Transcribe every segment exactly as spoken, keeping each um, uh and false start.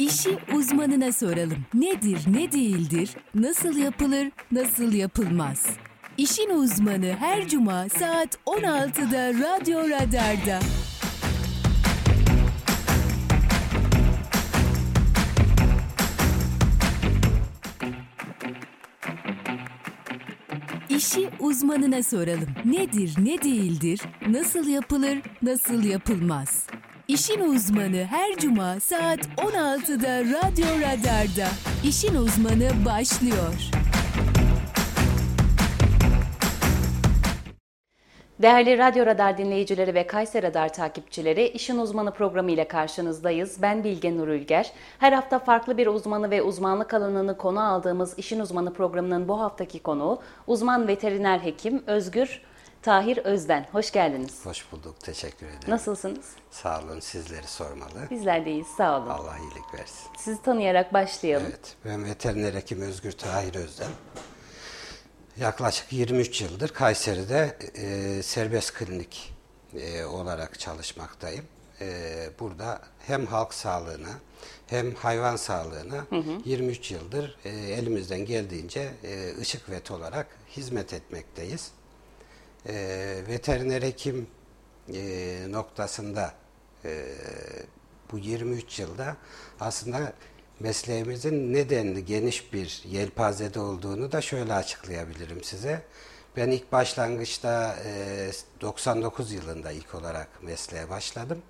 İşi uzmanına soralım. Nedir, ne değildir, nasıl yapılır, nasıl yapılmaz? İşin uzmanı her cuma saat on altıda Radyo Radar'da. İşi uzmanına soralım. Nedir, ne değildir, nasıl yapılır, nasıl yapılmaz? İşin uzmanı her cuma saat on altıda Radyo Radar'da. İşin uzmanı başlıyor. Değerli Radyo Radar dinleyicileri ve Kayseri Radar takipçileri, İşin Uzmanı programı ile karşınızdayız. Ben Bilge Nur Ülger. Her hafta farklı bir uzmanı ve uzmanlık alanını konu aldığımız İşin Uzmanı programının bu haftaki konuğu uzman veteriner hekim Özgür Tahir Özden. Hoş geldiniz. Hoş bulduk, teşekkür ederim. Nasılsınız? Sağ olun, sizleri sormalı. Bizler de iyiyiz, sağ olun. Allah iyilik versin. Sizi tanıyarak başlayalım. Evet, ben veteriner hekim Özgür Tahir Özden. Yaklaşık yirmi üç yıldır Kayseri'de e, serbest klinik e, olarak çalışmaktayım. E, burada hem halk sağlığına hem hayvan sağlığına hı hı. yirmi üç yıldır e, elimizden geldiğince e, ışık vet olarak hizmet etmekteyiz. E, veteriner hekim e, noktasında e, bu yirmi üç yılda aslında mesleğimizin nedenli geniş bir yelpazede olduğunu da şöyle açıklayabilirim size. Ben ilk başlangıçta e, doksan dokuz yılında ilk olarak mesleğe başladım.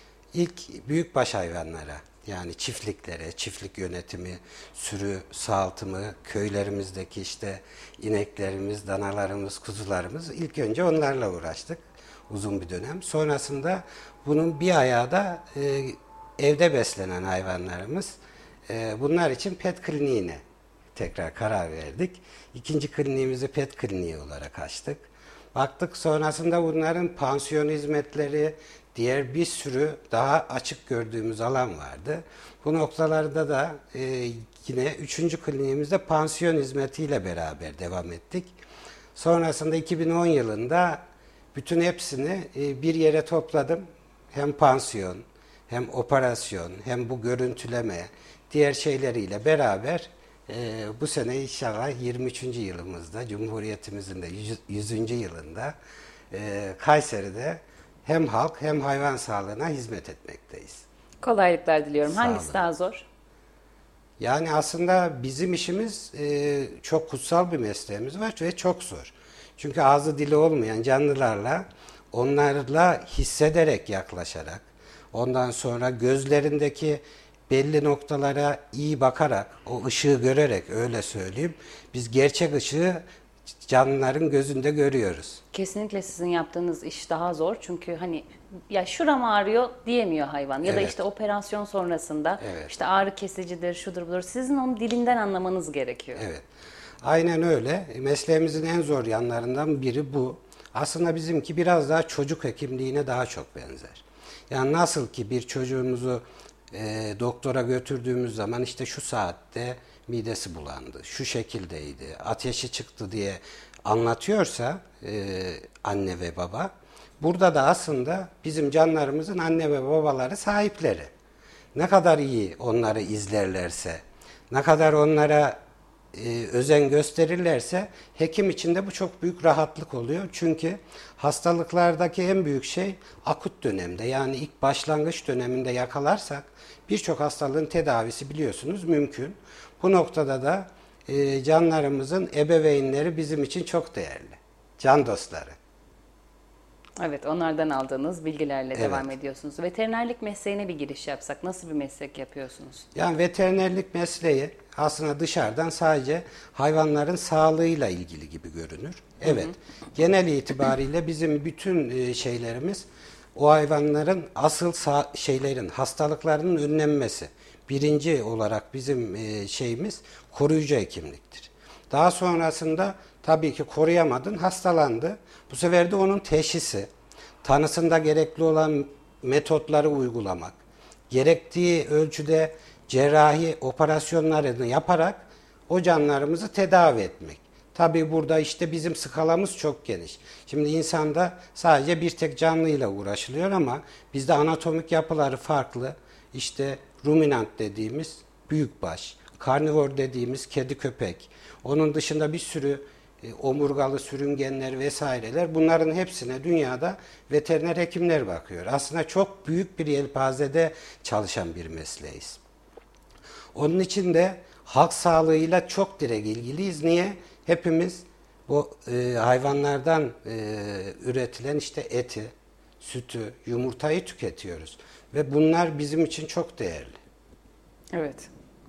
İlk büyükbaş hayvanlara, yani çiftliklere, çiftlik yönetimi, sürü sağaltımı, köylerimizdeki işte ineklerimiz, danalarımız, kuzularımız, ilk önce onlarla uğraştık uzun bir dönem. Sonrasında bunun bir ayağı da e, evde beslenen hayvanlarımız. E, bunlar için pet kliniğine tekrar karar verdik. İkinci kliniğimizi pet kliniği olarak açtık. Baktık sonrasında bunların pansiyon hizmetleri, diğer bir sürü daha açık gördüğümüz alan vardı. Bu noktalarda da e, yine üçüncü kliniğimizde pansiyon hizmetiyle beraber devam ettik. Sonrasında iki bin on yılında bütün hepsini e, bir yere topladım. Hem pansiyon, hem operasyon, hem bu görüntüleme, diğer şeyleriyle beraber e, bu sene inşallah yirmi üçüncü yılımızda, Cumhuriyetimizin de yüzüncü yılında e, Kayseri'de hem halk hem hayvan sağlığına hizmet etmekteyiz. Kolaylıklar diliyorum. Sağ Hangisi olun. daha zor? Yani aslında bizim işimiz e, çok kutsal bir mesleğimiz var ve çok zor. Çünkü ağzı dili olmayan canlılarla, onlarla hissederek yaklaşarak, ondan sonra gözlerindeki belli noktalara iyi bakarak, o ışığı görerek, öyle söyleyeyim, biz gerçek ışığı canlıların gözünde görüyoruz. Kesinlikle sizin yaptığınız iş daha zor çünkü hani ya şuram ağrıyor diyemiyor hayvan ya evet. da işte operasyon sonrasında evet. işte ağrı kesicidir, şudur budur. Sizin onun dilinden anlamanız gerekiyor. Evet. Aynen öyle. Mesleğimizin en zor yanlarından biri bu. Aslında bizimki biraz daha çocuk hekimliğine daha çok benzer. Yani nasıl ki bir çocuğumuzu e, doktora götürdüğümüz zaman işte şu saatte midesi bulandı, şu şekildeydi, ateşi çıktı diye anlatıyorsa e, anne ve baba, burada da aslında bizim canlarımızın anne ve babaları sahipleri. Ne kadar iyi onları izlerlerse, ne kadar onlara e, özen gösterirlerse hekim için de bu çok büyük rahatlık oluyor. Çünkü hastalıklardaki en büyük şey akut dönemde, yani ilk başlangıç döneminde yakalarsak birçok hastalığın tedavisi biliyorsunuz mümkün. Bu noktada da e, canlarımızın ebeveynleri bizim için çok değerli. Can dostları. Evet, onlardan aldığınız bilgilerle evet. devam ediyorsunuz. Veterinerlik mesleğine bir giriş yapsak nasıl bir meslek yapıyorsunuz? Yani veterinerlik mesleği aslında dışarıdan sadece hayvanların sağlığıyla ilgili gibi görünür. Evet, hı hı. Genel itibariyle bizim bütün şeylerimiz o hayvanların asıl şeylerin, hastalıklarının önlenmesi. Birinci olarak bizim şeyimiz koruyucu hekimliktir. Daha sonrasında tabii ki koruyamadın, hastalandı. Bu sefer de onun teşhisi, tanısında gerekli olan metotları uygulamak, gerektiği ölçüde cerrahi operasyonlarını yaparak o canlarımızı tedavi etmek. Tabii burada işte bizim skalamız çok geniş. Şimdi insanda sadece bir tek canlıyla uğraşılıyor ama bizde anatomik yapıları farklı. İşte ruminant dediğimiz büyükbaş, karnivor dediğimiz kedi köpek, onun dışında bir sürü e, omurgalı sürüngenler vesaireler, bunların hepsine dünyada veteriner hekimler bakıyor. Aslında çok büyük bir yelpazede çalışan bir mesleğiz. Onun için de halk sağlığıyla çok direkt ilgiliyiz. Niye? Hepimiz bu e, hayvanlardan e, üretilen işte eti, sütü, yumurtayı tüketiyoruz. Ve bunlar bizim için çok değerli. Evet.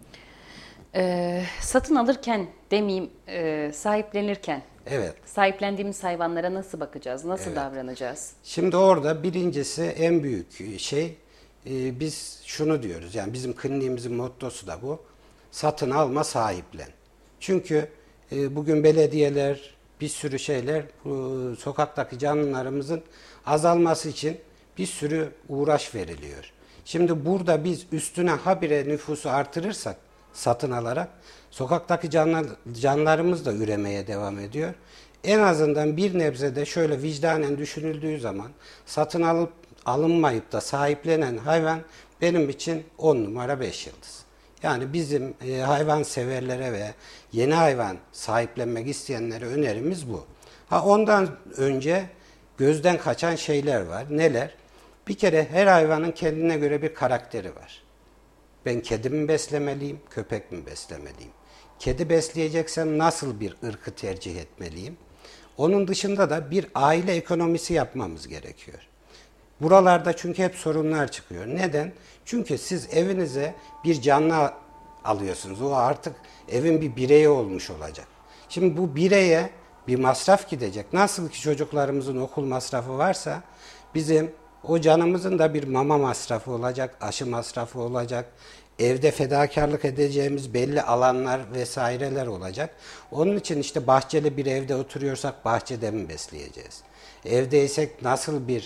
Ee, satın alırken demeyeyim, e, sahiplenirken Evet. sahiplendiğimiz hayvanlara nasıl bakacağız, nasıl Evet. davranacağız? Şimdi orada birincisi en büyük şey, e, biz şunu diyoruz, yani bizim kliniğimizin mottosu da bu: satın alma, sahiplen. Çünkü e, bugün belediyeler, bir sürü şeyler bu sokaktaki canlılarımızın azalması için bir sürü uğraş veriliyor. Şimdi burada biz üstüne habire nüfusu artırırsak, satın alarak, sokaktaki canlı, canlılarımız da üremeye devam ediyor. En azından bir nebze de şöyle vicdanen düşünüldüğü zaman satın alıp alınmayıp da sahiplenen hayvan benim için on numara beş yıldız. Yani bizim e, hayvan severlere ve yeni hayvan sahiplenmek isteyenlere önerimiz bu. Ha, ondan önce gözden kaçan şeyler var. Neler? Bir kere her hayvanın kendine göre bir karakteri var. Ben kedi mi beslemeliyim, köpek mi beslemeliyim? Kedi besleyeceksem nasıl bir ırkı tercih etmeliyim? Onun dışında da bir aile ekonomisi yapmamız gerekiyor. Buralarda çünkü hep sorunlar çıkıyor. Neden? Çünkü siz evinize bir canlı alıyorsunuz. O artık evin bir bireyi olmuş olacak. Şimdi bu bireye bir masraf gidecek. Nasıl ki çocuklarımızın okul masrafı varsa bizim o canımızın da bir mama masrafı olacak, aşı masrafı olacak. Evde fedakarlık edeceğimiz belli alanlar vesaireler olacak. Onun için işte bahçeli bir evde oturuyorsak bahçede mi besleyeceğiz? Evdeysek nasıl bir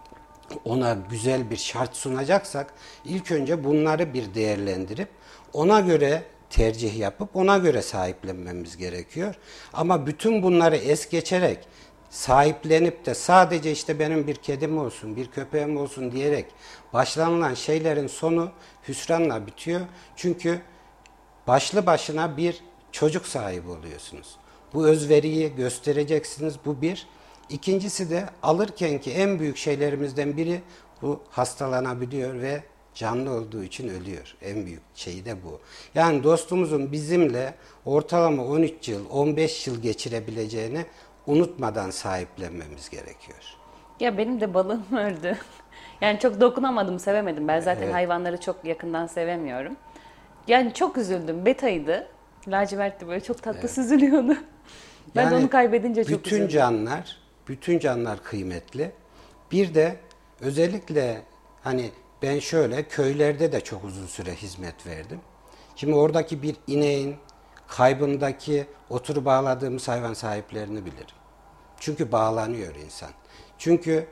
ona güzel bir şart sunacaksak ilk önce bunları bir değerlendirip ona göre tercih yapıp ona göre sahiplenmemiz gerekiyor. Ama bütün bunları es geçerek sahiplenip de sadece işte benim bir kedim olsun, bir köpeğim olsun diyerek başlanılan şeylerin sonu hüsranla bitiyor. Çünkü başlı başına bir çocuk sahibi oluyorsunuz. Bu özveriyi göstereceksiniz, bu bir. İkincisi de alırkenki en büyük şeylerimizden biri bu hastalanabiliyor ve canlı olduğu için ölüyor. En büyük şey de bu. Yani dostumuzun bizimle ortalama on üç yıl, on beş yıl geçirebileceğini unutmadan sahiplenmemiz gerekiyor. Ya benim de balığım öldü. Yani çok dokunamadım, sevemedim. Ben zaten Evet. hayvanları çok yakından sevemiyorum. Yani çok üzüldüm. Beta'ydı. Lacivertti, böyle çok tatlı Evet. süzülüyordu. Ben Yani de onu kaybedince çok bütün üzüldüm. canlılar, bütün canlılar kıymetli. Bir de özellikle hani ben şöyle köylerde de çok uzun süre hizmet verdim. Şimdi oradaki bir ineğin kaybındaki oturup bağladığımız hayvan sahiplerini bilirim. Çünkü bağlanıyor insan. Çünkü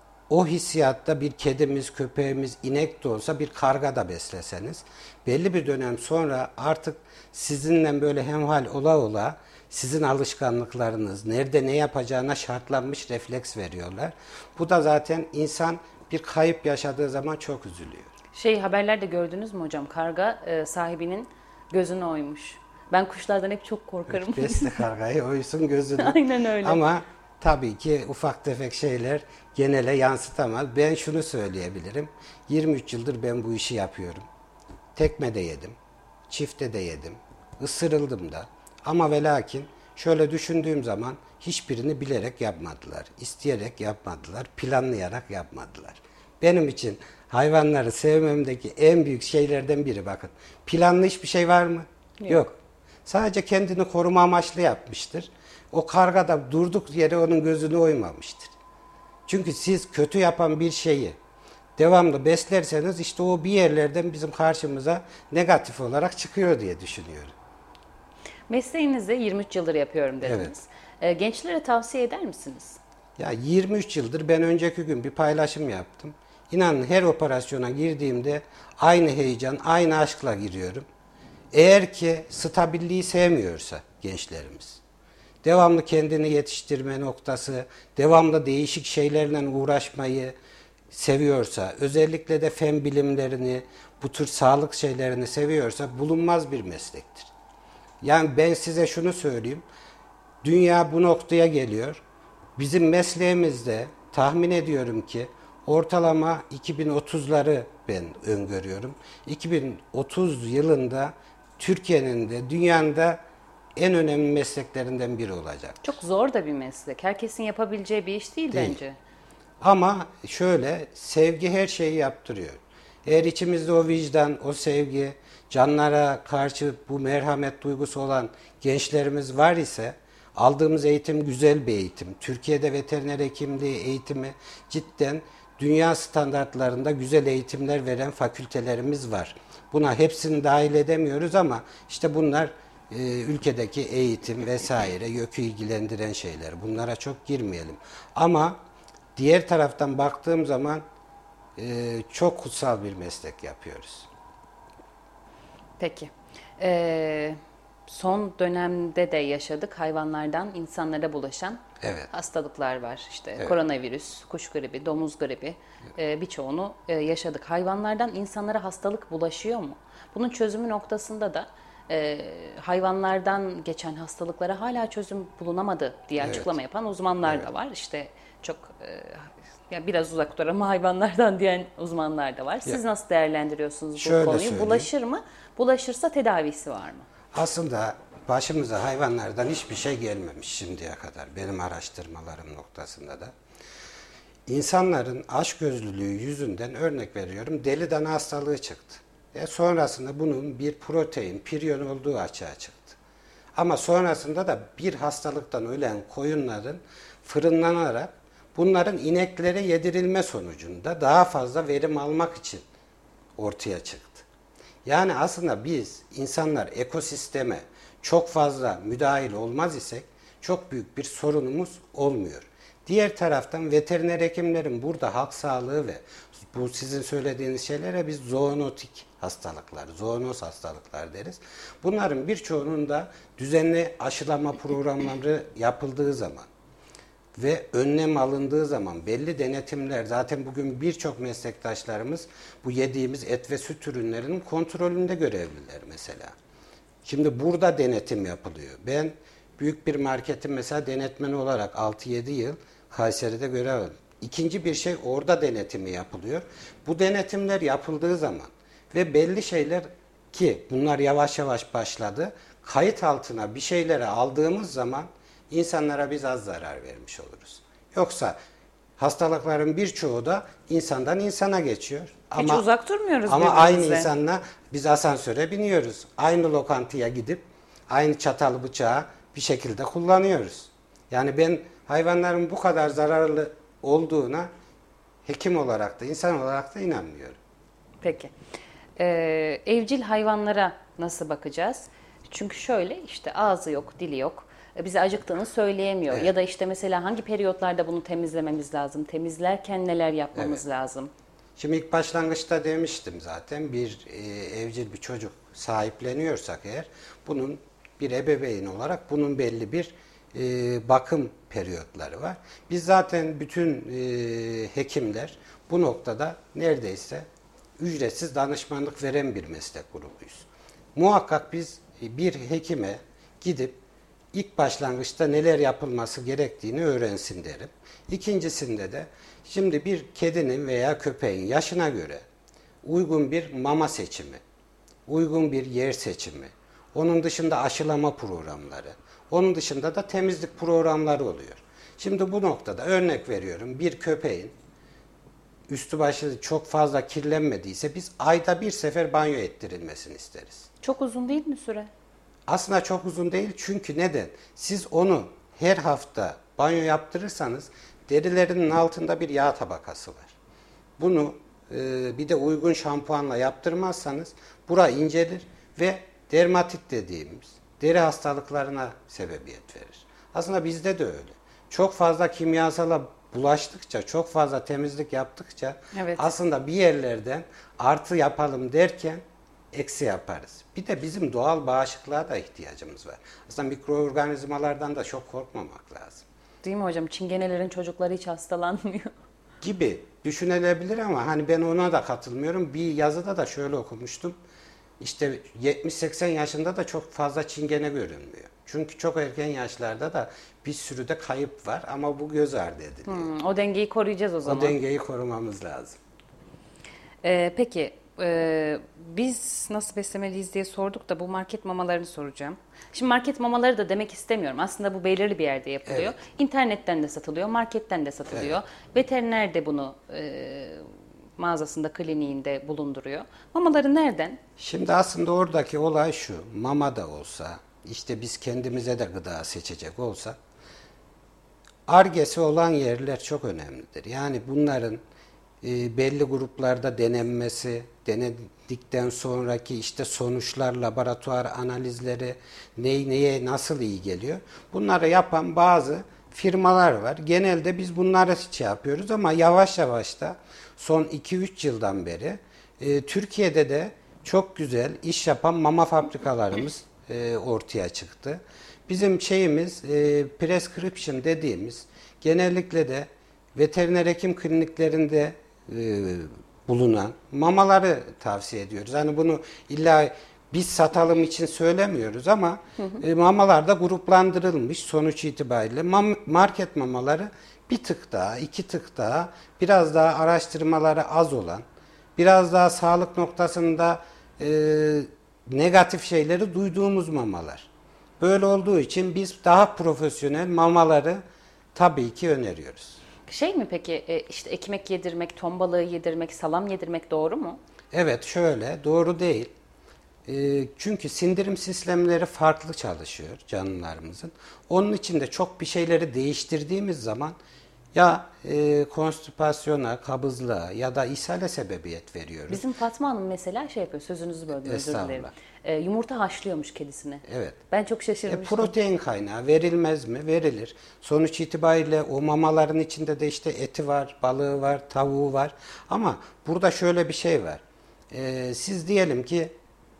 o hissiyatta bir kedimiz, köpeğimiz, inek de olsa, bir karga da besleseniz belli bir dönem sonra artık sizinle böyle hemhal ola ola sizin alışkanlıklarınız, nerede ne yapacağına şartlanmış refleks veriyorlar. Bu da zaten insan bir kayıp yaşadığı zaman çok üzülüyor. Şey, haberlerde gördünüz mü hocam? Karga e, sahibinin gözünü oymuş. Ben kuşlardan hep çok korkarım. Besle kargayı, oysun gözünü. Aynen öyle. Ama tabii ki ufak tefek şeyler genele yansıtamaz. Ben şunu söyleyebilirim. yirmi üç yıldır ben bu işi yapıyorum. Tekme de yedim, çifte de yedim, ısırıldım da. Ama ve lakin şöyle düşündüğüm zaman hiçbirini bilerek yapmadılar, isteyerek yapmadılar, planlayarak yapmadılar. Benim için hayvanları sevmemdeki en büyük şeylerden biri, bakın. Planlı hiçbir şey var mı? Yok. Yok. Sadece kendini koruma amaçlı yapmıştır. O karga da durduk yere onun gözünü oymamıştır. Çünkü siz kötü yapan bir şeyi devamlı beslerseniz işte o bir yerlerden bizim karşımıza negatif olarak çıkıyor diye düşünüyorum. Mesleğinizi yirmi üç yıldır yapıyorum dediniz. Evet. E, gençlere tavsiye eder misiniz? Ya yirmi üç yıldır ben önceki gün bir paylaşım yaptım. İnanın her operasyona girdiğimde aynı heyecan, aynı aşkla giriyorum. Eğer ki stabilliği sevmiyorsa gençlerimiz, devamlı kendini yetiştirme noktası, devamlı değişik şeylerle uğraşmayı, seviyorsa, özellikle de fen bilimlerini, bu tür sağlık şeylerini seviyorsa bulunmaz bir meslektir. Yani ben size şunu söyleyeyim, dünya bu noktaya geliyor. Bizim mesleğimizde tahmin ediyorum ki ortalama iki bin otuzları ben öngörüyorum. iki bin otuz yılında Türkiye'nin de dünyanın da en önemli mesleklerinden biri olacak. Çok zor da bir meslek. Herkesin yapabileceği bir iş değil, Değil. bence. Ama şöyle, sevgi her şeyi yaptırıyor. Eğer içimizde o vicdan, o sevgi, canlara karşı bu merhamet duygusu olan gençlerimiz var ise, aldığımız eğitim güzel bir eğitim. Türkiye'de veteriner hekimliği eğitimi cidden dünya standartlarında güzel eğitimler veren fakültelerimiz var. Buna hepsini dahil edemiyoruz ama işte bunlar e, ülkedeki eğitim vesaire, YÖK'ü ilgilendiren şeyler. Bunlara çok girmeyelim. Ama diğer taraftan baktığım zaman e, çok kutsal bir meslek yapıyoruz. Peki. Ee, son dönemde de yaşadık hayvanlardan insanlara bulaşan Evet. hastalıklar var. İşte Evet. koronavirüs, kuş gribi, domuz gribi, e, birçoğunu e, yaşadık. Hayvanlardan insanlara hastalık bulaşıyor mu? Bunun çözümü noktasında da e, hayvanlardan geçen hastalıklara hala çözüm bulunamadı diye Evet. açıklama yapan uzmanlar Evet. da var. İşte çok e, ya biraz uzak dur ama hayvanlardan diyen uzmanlar da var. Siz Ya, nasıl değerlendiriyorsunuz bu şöyle konuyu? söyleyeyim. Bulaşır mı? Bulaşırsa tedavisi var mı? Aslında başımıza hayvanlardan hiçbir şey gelmemiş şimdiye kadar, benim araştırmalarım noktasında da. İnsanların açgözlülüğü yüzünden, örnek veriyorum, deli dana hastalığı çıktı. E sonrasında bunun bir protein, prion olduğu açığa çıktı. Ama sonrasında da bir hastalıktan ölen koyunların fırınlanarak bunların ineklere yedirilme sonucunda daha fazla verim almak için ortaya çıktı. Yani aslında biz insanlar ekosisteme çok fazla müdahil olmaz isek çok büyük bir sorunumuz olmuyor. Diğer taraftan veteriner hekimlerin burada halk sağlığı ve bu sizin söylediğiniz şeylere biz zoonotik hastalıklar, zoonoz hastalıklar deriz. Bunların birçoğunun da düzenli aşılama programları yapıldığı zaman ve önlem alındığı zaman, belli denetimler, zaten bugün birçok meslektaşlarımız bu yediğimiz et ve süt ürünlerinin kontrolünde görevliler mesela. Şimdi burada denetim yapılıyor. Ben büyük bir marketin mesela denetmeni olarak altı yedi yıl Kayseri'de görev aldım. İkinci bir şey, orada denetimi yapılıyor. Bu denetimler yapıldığı zaman ve belli şeyler, ki bunlar yavaş yavaş başladı, kayıt altına bir şeyleri aldığımız zaman insanlara biz az zarar vermiş oluruz. Yoksa hastalıkların birçoğu da insandan insana geçiyor. Hiç ama, uzak durmuyoruz Ama aynı birbirimize. insanla biz asansöre biniyoruz. Aynı lokantaya gidip aynı çatalı bıçağı bir şekilde kullanıyoruz. Yani ben hayvanların bu kadar zararlı olduğuna hekim olarak da insan olarak da inanmıyorum. Peki. Ee, evcil hayvanlara nasıl bakacağız? Çünkü şöyle, işte ağzı yok, dili yok. Bize acıktığını söyleyemiyor. Evet. Ya da işte mesela hangi periyotlarda bunu temizlememiz lazım? Temizlerken neler yapmamız Evet. lazım? Şimdi ilk başlangıçta demiştim zaten, bir e, evcil bir çocuk sahipleniyorsak eğer, bunun bir ebeveyn olarak bunun belli bir e, bakım periyotları var. Biz zaten bütün e, hekimler bu noktada neredeyse ücretsiz danışmanlık veren bir meslek grubuyuz. Muhakkak biz bir hekime gidip ilk başlangıçta neler yapılması gerektiğini öğrensin derim. İkincisinde de şimdi bir kedinin veya köpeğin yaşına göre uygun bir mama seçimi, uygun bir yer seçimi, onun dışında aşılama programları, onun dışında da temizlik programları oluyor. Şimdi bu noktada örnek veriyorum, bir köpeğin üstü başı çok fazla kirlenmediyse biz ayda bir sefer banyo ettirilmesini isteriz. Çok uzun değil mi süre? Aslında çok uzun değil, çünkü neden? Siz onu her hafta banyo yaptırırsanız derilerinin altında bir yağ tabakası var. Bunu e, bir de uygun şampuanla yaptırmazsanız bura incelir ve dermatit dediğimiz deri hastalıklarına sebebiyet verir. Aslında bizde de öyle. Çok fazla kimyasala bulaştıkça, çok fazla temizlik yaptıkça Evet. aslında bir yerlerden artı yapalım derken eksi yaparız. Bir de bizim doğal bağışıklığa da ihtiyacımız var. Aslında mikroorganizmalardan da çok korkmamak lazım. Değil mi hocam? Çingenelerin çocukları hiç hastalanmıyor. gibi düşünülebilir ama hani ben ona da katılmıyorum. Bir yazıda da şöyle okumuştum. İşte yetmiş seksen yaşında da çok fazla çingene görünmüyor. Çünkü çok erken yaşlarda da bir sürü de kayıp var ama bu göz ardı ediliyor. Hmm, o dengeyi koruyacağız o zaman. O dengeyi korumamız lazım. Ee, peki e, biz nasıl beslemeliyiz diye sorduk da bu market mamalarını soracağım. Şimdi market mamaları da demek istemiyorum. Aslında bu belirli bir yerde yapılıyor. Evet. İnternetten de satılıyor, marketten de satılıyor. Evet. Veteriner de bunu e, mağazasında, kliniğinde bulunduruyor. Mamaları nereden? Şimdi aslında oradaki olay şu. Mama da olsa, işte biz kendimize de gıda seçecek olsak, Ar-Ge'si olan yerler çok önemlidir. Yani bunların e, belli gruplarda denenmesi, denedikten sonraki işte sonuçlar, laboratuvar analizleri, ney neye nasıl iyi geliyor. Bunları yapan bazı firmalar var. Genelde biz bunları şey yapıyoruz ama yavaş yavaş da son iki üç yıldan beri e, Türkiye'de de çok güzel iş yapan mama fabrikalarımız e, ortaya çıktı. Bizim şeyimiz e, prescription dediğimiz genellikle de veteriner hekim kliniklerinde e, bulunan mamaları tavsiye ediyoruz. Hani bunu illa biz satalım için söylemiyoruz ama hı hı. E, mamalar da gruplandırılmış sonuç itibariyle. Mam, market mamaları bir tık daha, iki tık daha, biraz daha araştırmaları az olan, biraz daha sağlık noktasında e, negatif şeyleri duyduğumuz mamalar. Böyle olduğu için biz daha profesyonel mamaları tabii ki öneriyoruz. Şey mi peki işte ekmek yedirmek, ton balığı yedirmek, salam yedirmek doğru mu? Evet şöyle doğru değil. E, çünkü sindirim sistemleri farklı çalışıyor canlılarımızın. Onun için de çok bir şeyleri değiştirdiğimiz zaman ya e, konstipasyona, kabızlığa ya da ishale sebebiyet veriyoruz. Bizim Fatma Hanım mesela şey yapıyor, sözünüzü böldüm özür dilerim. E, yumurta haşlıyormuş kedisine. Evet. Ben çok şaşırmıştım. E, protein kaynağı verilmez mi? Verilir. Sonuç itibariyle o mamaların içinde de işte eti var, balığı var, tavuğu var. Ama burada şöyle bir şey var. E, siz diyelim ki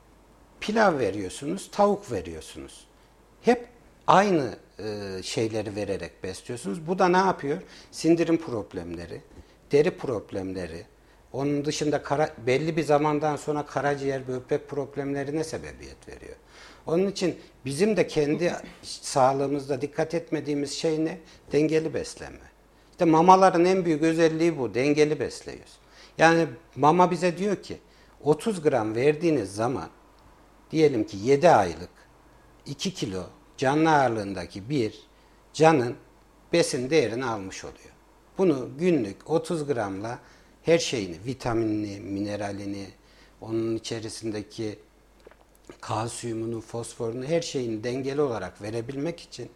pilav veriyorsunuz, tavuk veriyorsunuz. Hep aynı e, şeyleri vererek besliyorsunuz. Bu da ne yapıyor? Sindirim problemleri, deri problemleri, onun dışında kara, belli bir zamandan sonra karaciğer, böbrek problemlerine sebebiyet veriyor. Onun için bizim de kendi sağlığımızda dikkat etmediğimiz şey ne? Dengeli beslenme. İşte mamaların en büyük özelliği bu. Dengeli besliyoruz. Yani mama bize diyor ki otuz gram verdiğiniz zaman diyelim ki yedi aylık iki kilo canlı ağırlığındaki bir canın besin değerini almış oluyor. Bunu günlük otuz gramla her şeyini, vitaminini, mineralini, onun içerisindeki kalsiyumunu, fosforunu, her şeyini dengeli olarak verebilmek için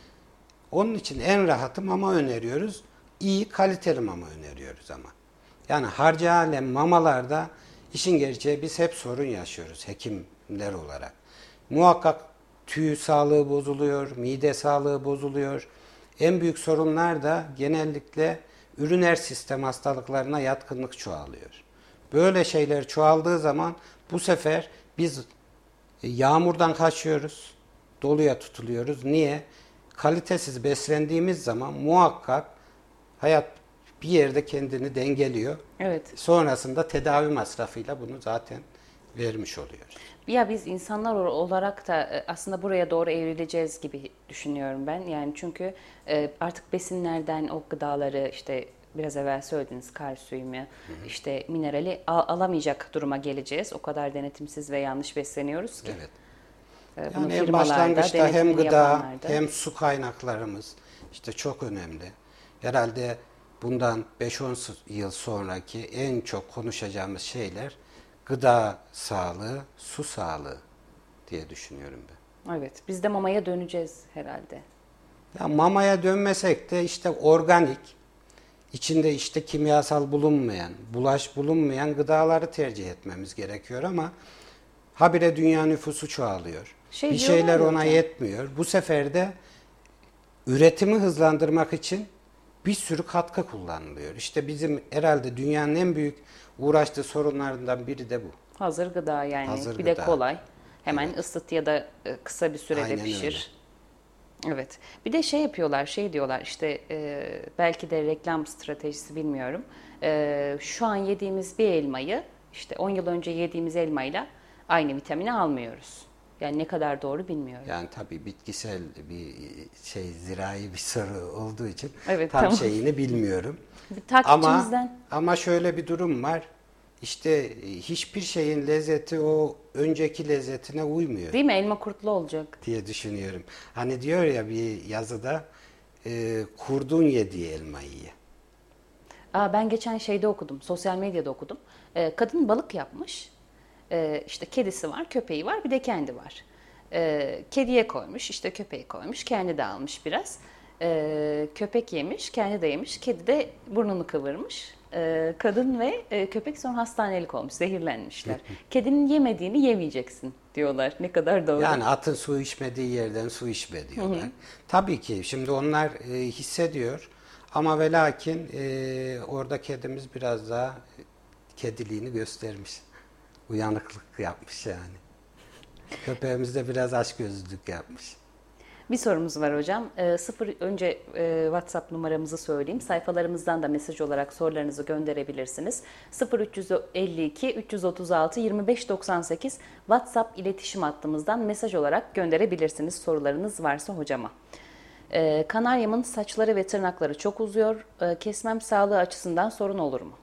onun için en rahatı mama öneriyoruz. İyi, kaliteli mama öneriyoruz ama. Yani harcı alem mamalarda işin gerçeği biz hep sorun yaşıyoruz hekimler olarak. Muhakkak tüy sağlığı bozuluyor, mide sağlığı bozuluyor. En büyük sorunlar da genellikle üriner sistem hastalıklarına yatkınlık çoğalıyor. Böyle şeyler çoğaldığı zaman bu sefer biz yağmurdan kaçıyoruz, doluya tutuluyoruz. Niye? Kalitesiz beslendiğimiz zaman muhakkak hayat bir yerde kendini dengeliyor. Evet. Sonrasında tedavi masrafıyla bunu zaten vermiş oluyoruz. Ya biz insanlar olarak da aslında buraya doğru evrileceğiz gibi düşünüyorum ben. Yani çünkü artık besinlerden o gıdaları işte biraz evvel söylediğiniz kalsiyumu, hı hı. işte minerali al- alamayacak duruma geleceğiz. O kadar denetimsiz ve yanlış besleniyoruz ki. Evet. Bunu yani en başlangıçta hem gıda yapanlarda... hem su kaynaklarımız işte çok önemli. Herhalde bundan beş on yıl sonraki en çok konuşacağımız şeyler gıda sağlığı, su sağlığı diye düşünüyorum ben. Evet, biz de mamaya döneceğiz herhalde. Ya mamaya dönmesek de işte organik, içinde işte kimyasal bulunmayan, bulaş bulunmayan gıdaları tercih etmemiz gerekiyor ama habire dünya nüfusu çoğalıyor. Şey bir şeyler ona hocam. yetmiyor. Bu sefer de üretimi hızlandırmak için bir sürü katkı kullanılıyor. İşte bizim herhalde dünyanın en büyük uğraştığı sorunlarından biri de bu. Hazır gıda yani. Hazır bir gıda. de kolay. Hemen evet. ısıt ya da kısa bir sürede Aynen pişir. Evet. Bir de şey yapıyorlar, şey diyorlar işte e, belki de reklam stratejisi bilmiyorum. E, şu an yediğimiz bir elmayı işte on yıl önce yediğimiz elmayla aynı vitamini almıyoruz. Yani ne kadar doğru bilmiyorum. Yani tabii bitkisel bir şey, zirai bir soru olduğu için Evet, tam tamam. şeyini bilmiyorum. Bir Ama takipçimizden ama şöyle bir durum var. İşte hiçbir şeyin lezzeti o önceki lezzetine uymuyor değil mi? Elma kurtlu olacak. diye düşünüyorum. Hani diyor ya bir yazıda e, kurdun yediği elmayı ye. Aa, ben geçen şeyde okudum, sosyal medyada okudum. Ee, kadın balık yapmış. Ee, işte kedisi var, köpeği var, bir de kendi var. Ee, kediye koymuş, işte köpeği koymuş, kendi de almış biraz. Ee, köpek yemiş, kendi de yemiş, kedi de burnunu kıvırmış. Ee, kadın ve e, köpek sonra hastanelik olmuş, zehirlenmişler. Kedinin yemediğini yemeyeceksin diyorlar. Ne kadar doğru. Yani atın su içmediği yerden su içme diyorlar. Tabii ki şimdi onlar e, hissediyor ama ve lakin e, orada kedimiz biraz daha kediliğini göstermiş. Uyanıklık yapmış yani. Köpeğimiz de biraz açgözlülük yapmış. Bir sorumuz var hocam. E, sıfır önce e, WhatsApp numaramızı söyleyeyim. Sayfalarımızdan da mesaj olarak sorularınızı gönderebilirsiniz. sıfır üç yüz elli iki üç yüz otuz altı yirmi beş doksan sekiz WhatsApp iletişim hattımızdan mesaj olarak gönderebilirsiniz sorularınız varsa hocama. E, Kanaryamın saçları ve tırnakları çok uzuyor. E, kesmem sağlığı açısından sorun olur mu?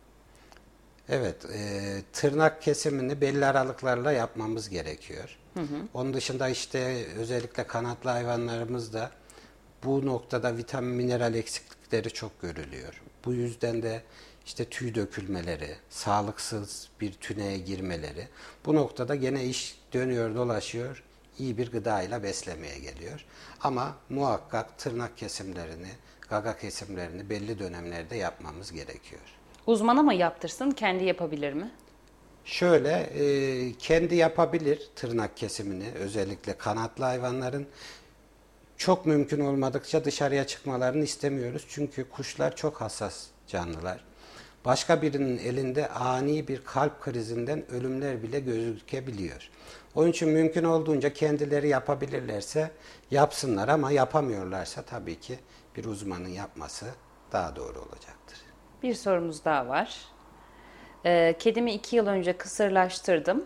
Evet, e, tırnak kesimini belli aralıklarla yapmamız gerekiyor. Hı hı. Onun dışında işte özellikle kanatlı hayvanlarımızda bu noktada vitamin mineral eksiklikleri çok görülüyor. Bu yüzden de işte tüy dökülmeleri, sağlıksız bir tüneye girmeleri, bu noktada gene iş dönüyor dolaşıyor, iyi bir gıdayla beslemeye geliyor. Ama muhakkak tırnak kesimlerini, gaga kesimlerini belli dönemlerde yapmamız gerekiyor. Uzmana mı yaptırsın, kendi yapabilir mi? Şöyle, e, kendi yapabilir tırnak kesimini, özellikle kanatlı hayvanların. Çok mümkün olmadıkça dışarıya çıkmalarını istemiyoruz. Çünkü kuşlar çok hassas canlılar. Başka birinin elinde ani bir kalp krizinden ölümler bile gözükebiliyor. Onun için mümkün olduğunca kendileri yapabilirlerse yapsınlar ama yapamıyorlarsa tabii ki bir uzmanın yapması daha doğru olacaktır. Bir sorumuz daha var. Ee, kedimi iki yıl önce kısırlaştırdım.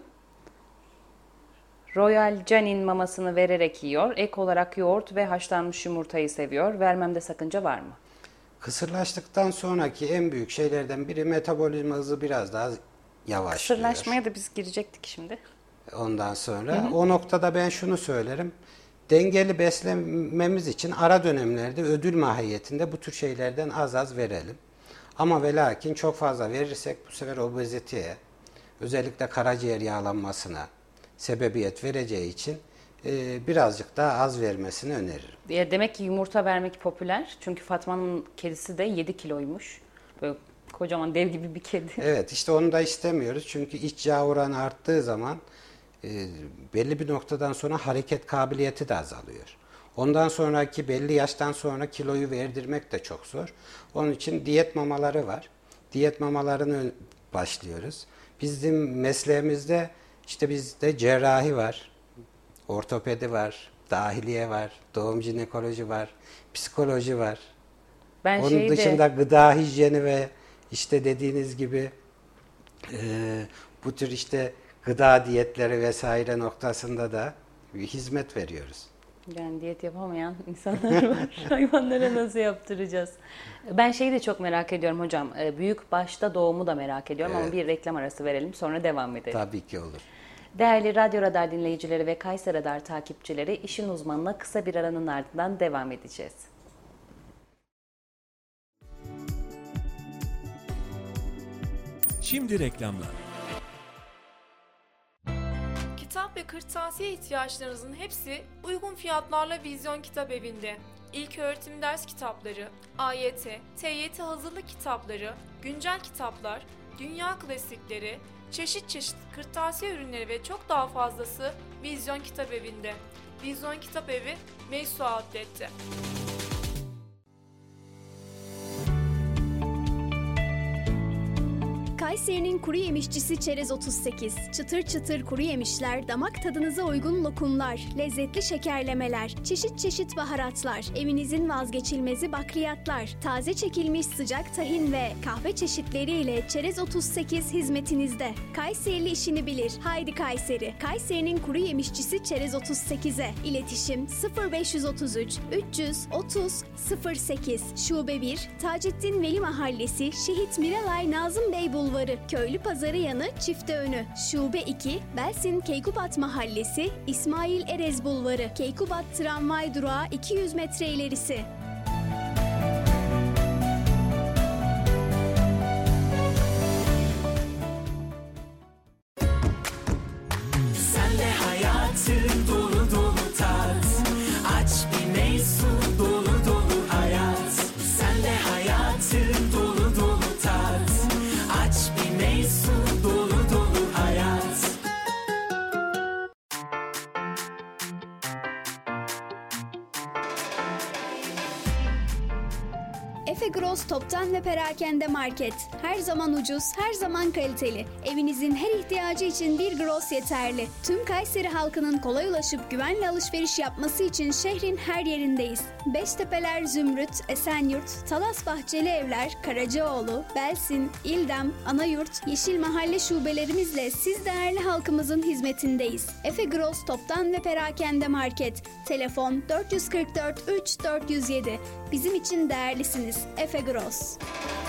Royal Canin mamasını vererek yiyor. Ek olarak yoğurt ve haşlanmış yumurtayı seviyor. Vermemde sakınca var mı? Kısırlaştıktan sonraki en büyük şeylerden biri metabolizma hızı biraz daha yavaşlıyor. Kısırlaşmaya da biz girecektik şimdi. Ondan sonra hı hı. O noktada ben şunu söylerim. Dengeli beslememiz için ara dönemlerde ödül mahiyetinde bu tür şeylerden az az verelim. Ama ve lakin çok fazla verirsek bu sefer obeziteye, özellikle karaciğer yağlanmasına sebebiyet vereceği için e, birazcık daha az vermesini öneririm. Ya demek ki yumurta vermek popüler. Çünkü Fatma'nın kedisi de yedi kiloymuş. Böyle kocaman dev gibi bir kedi. Evet, işte onu da istemiyoruz. Çünkü iç yağ oranı arttığı zaman e, belli bir noktadan sonra hareket kabiliyeti de azalıyor. Ondan sonraki belli yaştan sonra kiloyu verdirmek de çok zor. Onun için diyet mamaları var. Diyet mamalarını başlıyoruz. Bizim mesleğimizde işte bizde cerrahi var, ortopedi var, dahiliye var, doğum jinekoloji var, psikoloji var. Ben Onun şeyde... dışında gıda hijyeni ve işte dediğiniz gibi e, bu tür işte gıda diyetleri vesaire noktasında da bir hizmet veriyoruz. Yani diyet yapamayan insanlar var. Hayvanlara nasıl yaptıracağız? Ben şeyi de çok merak ediyorum hocam. Büyük başta doğumu da merak ediyorum evet. Ama bir reklam arası verelim sonra devam edelim. Tabii ki olur. Değerli Radyo Radar dinleyicileri ve Kayseri Radar takipçileri, işin uzmanına kısa bir aranın ardından devam edeceğiz. Şimdi reklamlar. Kitap ve kırtasiye ihtiyaçlarınızın hepsi uygun fiyatlarla Vizyon Kitap Evi'nde. İlköğretim ders kitapları, A Y T, T Y T hazırlık kitapları, güncel kitaplar, dünya klasikleri, çeşit çeşit kırtasiye ürünleri ve çok daha fazlası Vizyon Kitap Evi'nde. Vizyon Kitap Evi, Meysu Outlet'te. Kayseri'nin kuru yemişçisi Çerez otuz sekiz. Çıtır çıtır kuru yemişler, damak tadınıza uygun lokumlar, lezzetli şekerlemeler, çeşit çeşit baharatlar, evinizin vazgeçilmezi bakliyatlar, taze çekilmiş sıcak tahin ve kahve çeşitleriyle Çerez otuz sekiz hizmetinizde. Kayserili işini bilir. Haydi Kayseri. Kayseri'nin kuru yemişçisi Çerez otuz sekize. İletişim sıfır beş otuz üç üç yüz otuz sıfır sekiz. Şube bir, Taceddin Veli Mahallesi, Şehit Miralay Nazım Bey Bulvarı, Köylü Pazarı yanı Çifteönü. Şube iki, Belsin Keykubat Mahallesi, İsmail Erez Bulvarı, Keykubat Tramvay Durağı iki yüz metre ilerisi. Sen de hayatı dolu dolu tat. Aç bir meysu dolu dolu hayat. Sen de hayatı dolu dolu tat. Aç bir meysu dolu dolu hayat. Efe Gross Toptan ve Perakende Market. Her zaman ucuz, her zaman kaliteli. Evinizin her ihtiyacı için bir Gross yeterli. Tüm Kayseri halkının kolay ulaşıp güvenle alışveriş yapması için şehrin her yerindeyiz. Beştepeler, Zümrüt, Esenyurt, Talas Bahçeli Evler, Karacaoğlu, Belsin, İldem, Anayurt, Yeşil Mahalle şubelerimizle siz değerli halkımızın hizmetindeyiz. Efe Gross Toptan ve Perakende Market. Telefon dört yüz kırk dört üç dört yüz yedi. Bizim için değerlisiniz. Efe Gross.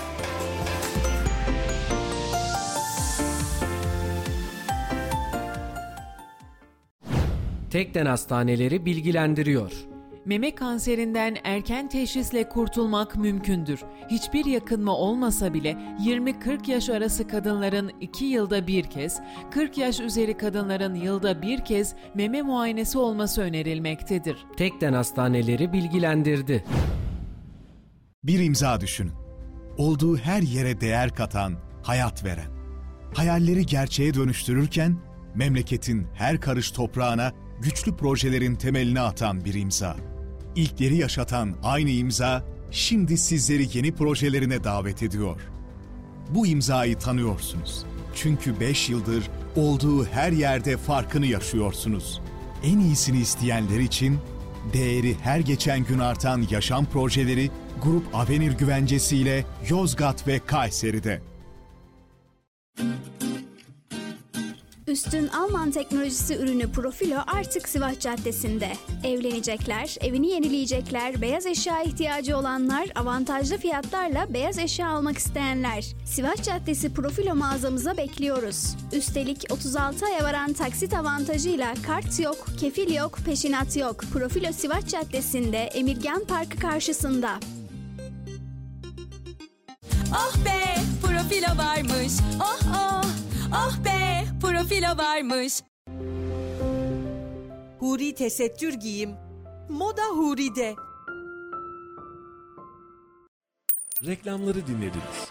Tekden Hastaneleri bilgilendiriyor. Meme kanserinden erken teşhisle kurtulmak mümkündür. Hiçbir yakınma olmasa bile yirmi kırk yaş arası kadınların iki yılda bir kez, kırk yaş üzeri kadınların yılda bir kez meme muayenesi olması önerilmektedir. Tekden Hastaneleri bilgilendirdi. Bir imza düşünün. Olduğu her yere değer katan, hayat veren. Hayalleri gerçeğe dönüştürürken memleketin her karış toprağına güçlü projelerin temelini atan bir imza. İlkleri yaşatan aynı imza, şimdi sizleri yeni projelerine davet ediyor. Bu imzayı tanıyorsunuz. Çünkü beş yıldır olduğu her yerde farkını yaşıyorsunuz. En iyisini isteyenler için değeri her geçen gün artan yaşam projeleri Grup Avenir güvencesiyle Yozgat ve Kayseri'de. Üstün Alman teknolojisi ürünü Profilo artık Sivas Caddesi'nde. Evlenecekler, evini yenileyecekler, beyaz eşya ihtiyacı olanlar, avantajlı fiyatlarla beyaz eşya almak isteyenler. Sivas Caddesi Profilo mağazamıza bekliyoruz. Üstelik otuz altı aya varan taksit avantajıyla kart yok, kefil yok, peşinat yok. Profilo Sivas Caddesi'nde Emirgan Parkı karşısında. Oh be, Profilo varmış. Oh oh, oh be, Profilo varmış. Huri tesettür giyim, moda Huri'de. Reklamları dinlediniz.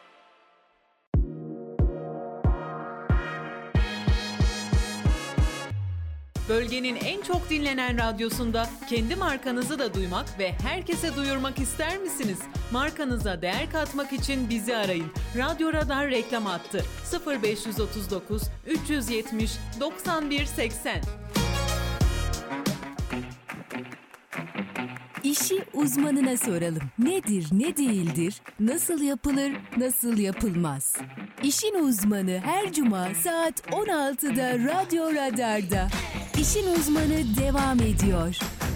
Bölgenin en çok dinlenen radyosunda kendi markanızı da duymak ve herkese duyurmak ister misiniz? Markanıza değer katmak için bizi arayın. Radyo Radar reklam hattı sıfır beş otuz dokuz üç yetmiş doksan bir seksen. İşi uzmanına soralım. Nedir, ne değildir, nasıl yapılır, nasıl yapılmaz? İşin uzmanı her cuma saat on altıda Radyo Radar'da. İşin uzmanı devam ediyor.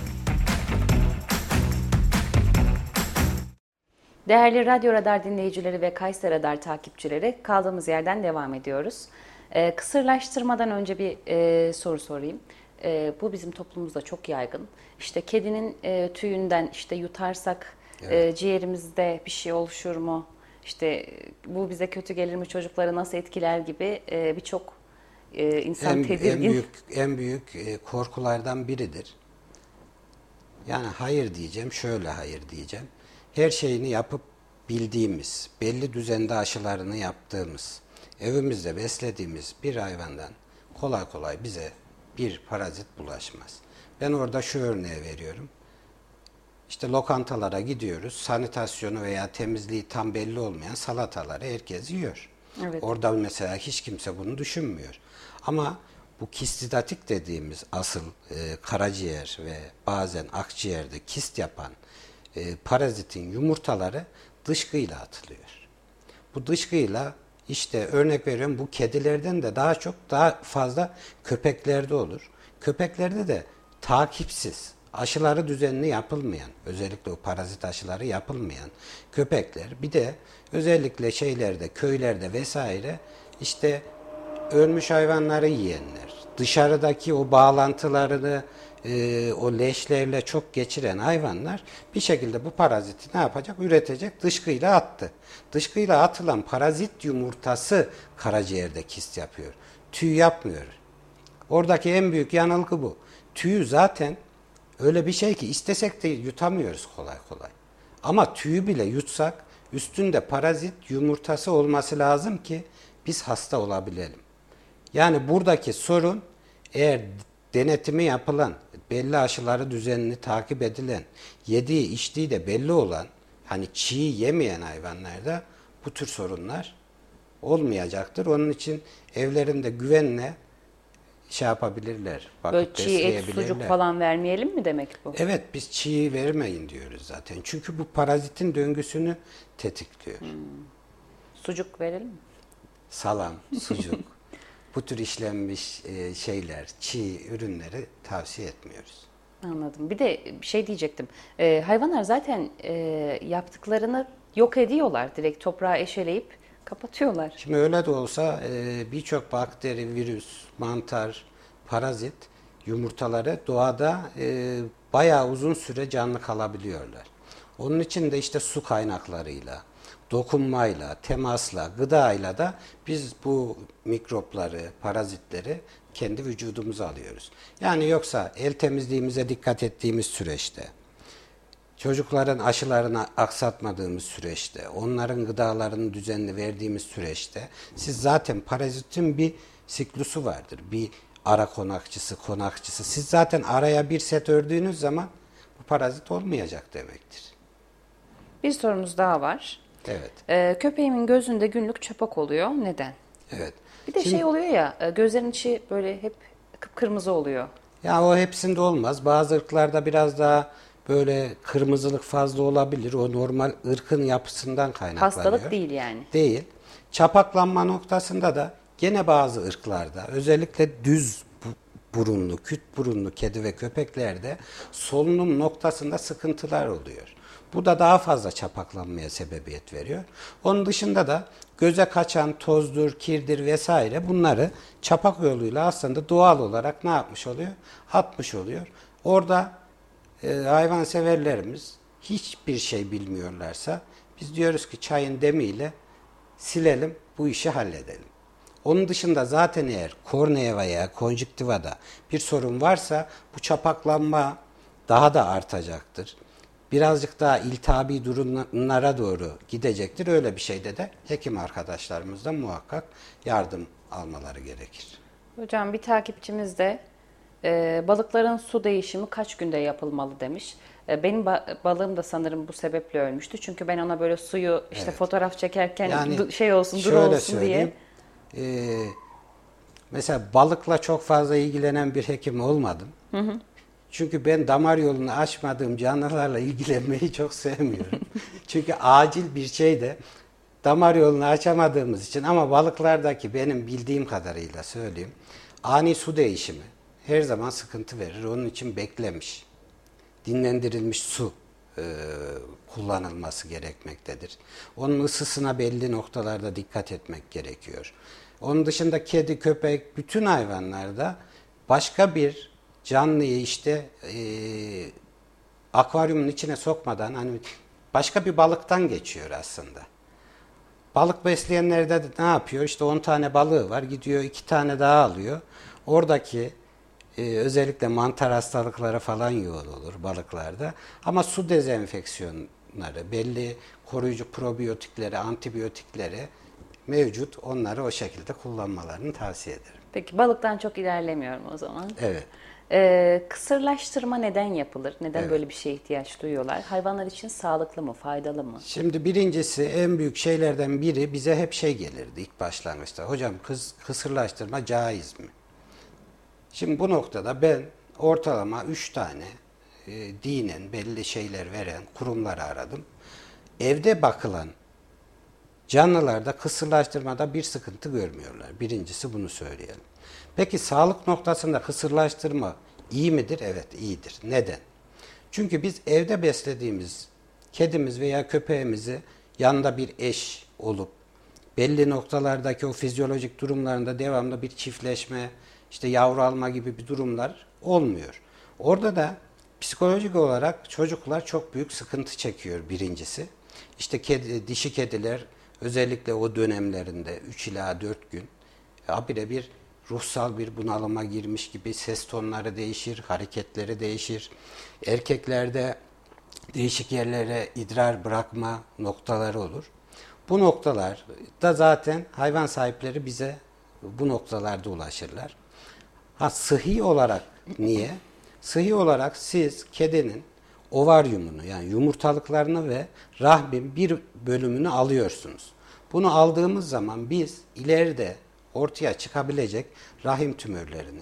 Değerli Radyo Radar dinleyicileri ve Kayseri Radar takipçileri, kaldığımız yerden devam ediyoruz. Ee, kısırlaştırmadan önce bir e, soru sorayım. E, bu bizim toplumumuzda çok yaygın. İşte kedinin e, tüyünden işte yutarsak evet. e, ciğerimizde bir şey oluşur mu? İşte bu bize kötü gelir mi? Çocukları nasıl etkiler gibi e, birçok e, insan en, tedirgin. En büyük, en büyük e, korkulardan biridir. Yani hayır diyeceğim, şöyle hayır diyeceğim. Her şeyini yapıp bildiğimiz, belli düzende aşılarını yaptığımız, evimizde beslediğimiz bir hayvandan kolay kolay bize bir parazit bulaşmaz. Ben orada şu örneği veriyorum. İşte lokantalara gidiyoruz, sanitasyonu veya temizliği tam belli olmayan salataları herkes yiyor. Evet. Orada mesela hiç kimse bunu düşünmüyor. Ama bu kistidatik dediğimiz asıl e, karaciğer ve bazen akciğerde kist yapan e, parazitin yumurtaları dışkıyla atılıyor. Bu dışkıyla işte örnek veriyorum, bu kedilerden de daha çok daha fazla köpeklerde olur. Köpeklerde de takipsiz, aşıları düzenli yapılmayan, özellikle o parazit aşıları yapılmayan köpekler, bir de özellikle şeylerde, köylerde vesaire işte ölmüş hayvanları yiyenler, dışarıdaki o bağlantılarını e, o leşlerle çok geçiren hayvanlar bir şekilde bu paraziti ne yapacak? Üretecek, dışkıyla attı. Dışkıyla atılan parazit yumurtası karaciğerde kist yapıyor. Tüy yapmıyor. Oradaki en büyük yanılgı bu. Tüyü zaten öyle bir şey ki istesek de yutamıyoruz kolay kolay. Ama tüyü bile yutsak üstünde parazit yumurtası olması lazım ki biz hasta olabilelim. Yani buradaki sorun, eğer denetimi yapılan, belli aşıları düzenli takip edilen, yediği içtiği de belli olan, hani çiğ yemeyen hayvanlarda bu tür sorunlar olmayacaktır. Onun için evlerinde güvenle şey yapabilirler. Böyle çiğ et, sucuk falan vermeyelim mi demek bu? Evet, biz çiğ vermeyin diyoruz zaten. Çünkü bu parazitin döngüsünü tetikliyor. Hmm. Sucuk verelim mi? Salam, sucuk, bu tür işlenmiş şeyler, çiğ ürünleri tavsiye etmiyoruz. Anladım. Bir de bir şey diyecektim. Ee, hayvanlar zaten e, yaptıklarını yok ediyorlar. Direkt toprağa eşeleyip kapatıyorlar. Şimdi öyle de olsa e, birçok bakteri, virüs, mantar, parazit yumurtaları doğada e, bayağı uzun süre canlı kalabiliyorlar. Onun için de işte su kaynaklarıyla, dokunmayla, temasla, gıdayla da biz bu mikropları, parazitleri kendi vücudumuza alıyoruz. Yani yoksa el temizliğimize dikkat ettiğimiz süreçte, çocukların aşılarını aksatmadığımız süreçte, onların gıdalarını düzenli verdiğimiz süreçte siz zaten parazitin bir siklusu vardır. Bir ara konakçısı, konakçısı. Siz zaten araya bir set ördüğünüz zaman bu parazit olmayacak demektir. Bir sorumuz daha var. Evet. Ee, köpeğimin gözünde günlük çapak oluyor. Neden? Evet. Bir de Şimdi, şey oluyor ya, gözlerin içi böyle hep kıpkırmızı oluyor. Ya o hepsinde olmaz. Bazı ırklarda biraz daha böyle kırmızılık fazla olabilir. O normal ırkın yapısından kaynaklanıyor. Hastalık değil yani. Değil. Çapaklanma noktasında da gene bazı ırklarda, özellikle düz burunlu, küt burunlu kedi ve köpeklerde solunum noktasında sıkıntılar oluyor. Bu da daha fazla çapaklanmaya sebebiyet veriyor. Onun dışında da göze kaçan tozdur, kirdir vesaire, bunları çapak yoluyla aslında doğal olarak ne yapmış oluyor? Atmış oluyor. Orada e, hayvanseverlerimiz hiçbir şey bilmiyorlarsa biz diyoruz ki çayın demiyle silelim, bu işi halledelim. Onun dışında zaten eğer kornea veya konjüktivada bir sorun varsa bu çapaklanma daha da artacaktır. Birazcık daha iltihabi durumlara doğru gidecektir. Öyle bir şeyde de hekim arkadaşlarımızdan muhakkak yardım almaları gerekir. Hocam bir takipçimiz de e, balıkların su değişimi kaç günde yapılmalı demiş. E, benim ba- balığım da sanırım bu sebeple ölmüştü. Çünkü ben ona böyle suyu işte evet. fotoğraf çekerken yani du- şey olsun, dur olsun diye. E, mesela balıkla çok fazla ilgilenen bir hekim olmadım. Hı hı. Çünkü ben damar yolunu açmadığım canlılarla ilgilenmeyi çok sevmiyorum. Çünkü acil bir şey de damar yolunu açamadığımız için, ama balıklardaki benim bildiğim kadarıyla söyleyeyim, ani su değişimi her zaman sıkıntı verir. Onun için beklemiş, dinlendirilmiş su e, kullanılması gerekmektedir. Onun ısısına belli noktalarda dikkat etmek gerekiyor. Onun dışında kedi, köpek, bütün hayvanlarda başka bir canlıyı işte e, akvaryumun içine sokmadan, hani başka bir balıktan geçiyor aslında. Balık besleyenlerde de ne yapıyor? İşte on tane balığı var, gidiyor iki tane daha alıyor. Oradaki e, özellikle mantar hastalıkları falan yoğun olur balıklarda. Ama su dezenfeksiyonları, belli koruyucu probiyotikleri, antibiyotikleri mevcut. Onları o şekilde kullanmalarını tavsiye ederim. Peki balıktan çok ilerlemiyorum o zaman. Evet. Ee, kısırlaştırma neden yapılır? Neden Evet. böyle bir şeye ihtiyaç duyuyorlar? Hayvanlar için sağlıklı mı, faydalı mı? Şimdi birincisi, en büyük şeylerden biri bize hep şey gelirdi ilk başlangıçta. Hocam kız, kısırlaştırma caiz mi? Şimdi bu noktada ben ortalama üç tane e, dinen belli şeyler veren kurumları aradım. Evde bakılan canlılarda kısırlaştırmada bir sıkıntı görmüyorlar. Birincisi bunu söyleyelim. Peki sağlık noktasında kısırlaştırma iyi midir? Evet, iyidir. Neden? Çünkü biz evde beslediğimiz kedimiz veya köpeğimizi yanında bir eş olup belli noktalardaki o fizyolojik durumlarında devamlı bir çiftleşme, işte yavru alma gibi bir durumlar olmuyor. Orada da psikolojik olarak çocuklar çok büyük sıkıntı çekiyor birincisi. İşte kedi, dişi kediler özellikle o dönemlerinde üç ila dört gün habire bir ruhsal bir bunalıma girmiş gibi ses tonları değişir, hareketleri değişir. Erkeklerde değişik yerlere idrar bırakma noktaları olur. Bu noktalarda zaten hayvan sahipleri bize bu noktalarda ulaşırlar. Ha, sıhhi olarak niye? Sıhhi olarak siz kedinin ovaryumunu yani yumurtalıklarını ve rahmin bir bölümünü alıyorsunuz. Bunu aldığımız zaman biz ileride ortaya çıkabilecek rahim tümörlerini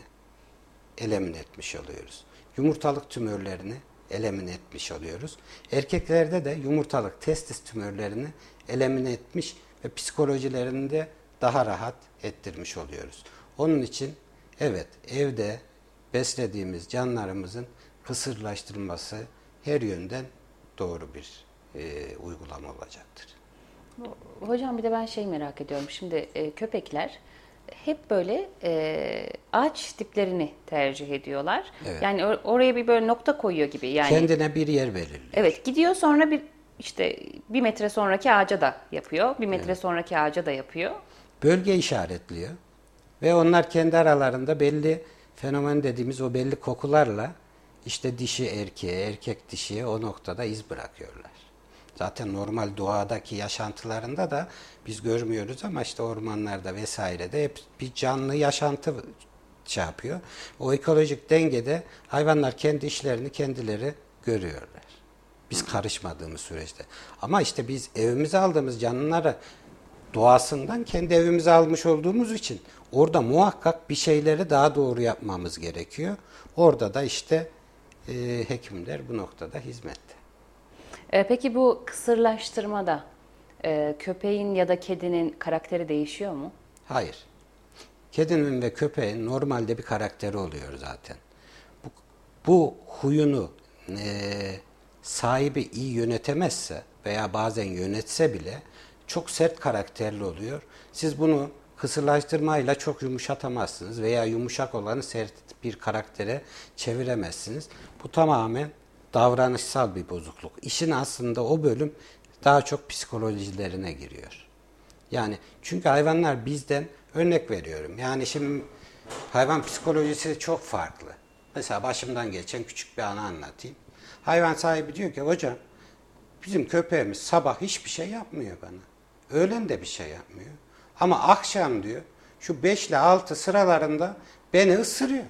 elimine etmiş oluyoruz. Yumurtalık tümörlerini elimine etmiş oluyoruz. Erkeklerde de yumurtalık testis tümörlerini elimine etmiş ve psikolojilerini de daha rahat ettirmiş oluyoruz. Onun için evet, evde beslediğimiz canlılarımızın kısırlaştırılması her yönden doğru bir e, uygulama olacaktır. Hocam bir de ben şey merak ediyorum. Şimdi e, köpekler hep böyle e, ağaç tiplerini tercih ediyorlar. Evet. Yani or- oraya bir böyle nokta koyuyor gibi. Yani kendine bir yer belirliyor. Evet, gidiyor sonra bir işte bir metre sonraki ağaca da yapıyor. Bir metre Evet. sonraki ağaca da yapıyor. Bölge işaretliyor. Ve onlar kendi aralarında belli fenomen dediğimiz o belli kokularla işte dişi erkeğe, erkek dişiye o noktada iz bırakıyorlar. Zaten normal doğadaki yaşantılarında da biz görmüyoruz ama işte ormanlarda vesairede hep bir canlı yaşantı şey yapıyor. O ekolojik dengede hayvanlar kendi işlerini kendileri görüyorlar. Biz karışmadığımız süreçte. Ama işte biz evimize aldığımız canlıları doğasından kendi evimize almış olduğumuz için orada muhakkak bir şeyleri daha doğru yapmamız gerekiyor. Orada da işte e, hekimler bu noktada hizmette. E, peki bu kısırlaştırmada e, köpeğin ya da kedinin karakteri değişiyor mu? Hayır. Kedinin ve köpeğin normalde bir karakteri oluyor zaten. Bu, bu huyunu e, sahibi iyi yönetemezse veya bazen yönetse bile çok sert karakterli oluyor. Siz bunu kısırlaştırmayla çok yumuşatamazsınız veya yumuşak olanı sert bir karaktere çeviremezsiniz. Bu tamamen davranışsal bir bozukluk. İşin aslında o bölüm daha çok psikolojilerine giriyor. Yani çünkü hayvanlar bizden, örnek veriyorum. Yani şimdi hayvan psikolojisi çok farklı. Mesela başımdan geçen küçük bir anı anlatayım. Hayvan sahibi diyor ki hocam bizim köpeğimiz sabah hiçbir şey yapmıyor bana. Öğlen de bir şey yapmıyor. Ama akşam diyor şu beş ile altı sıralarında beni ısırıyor.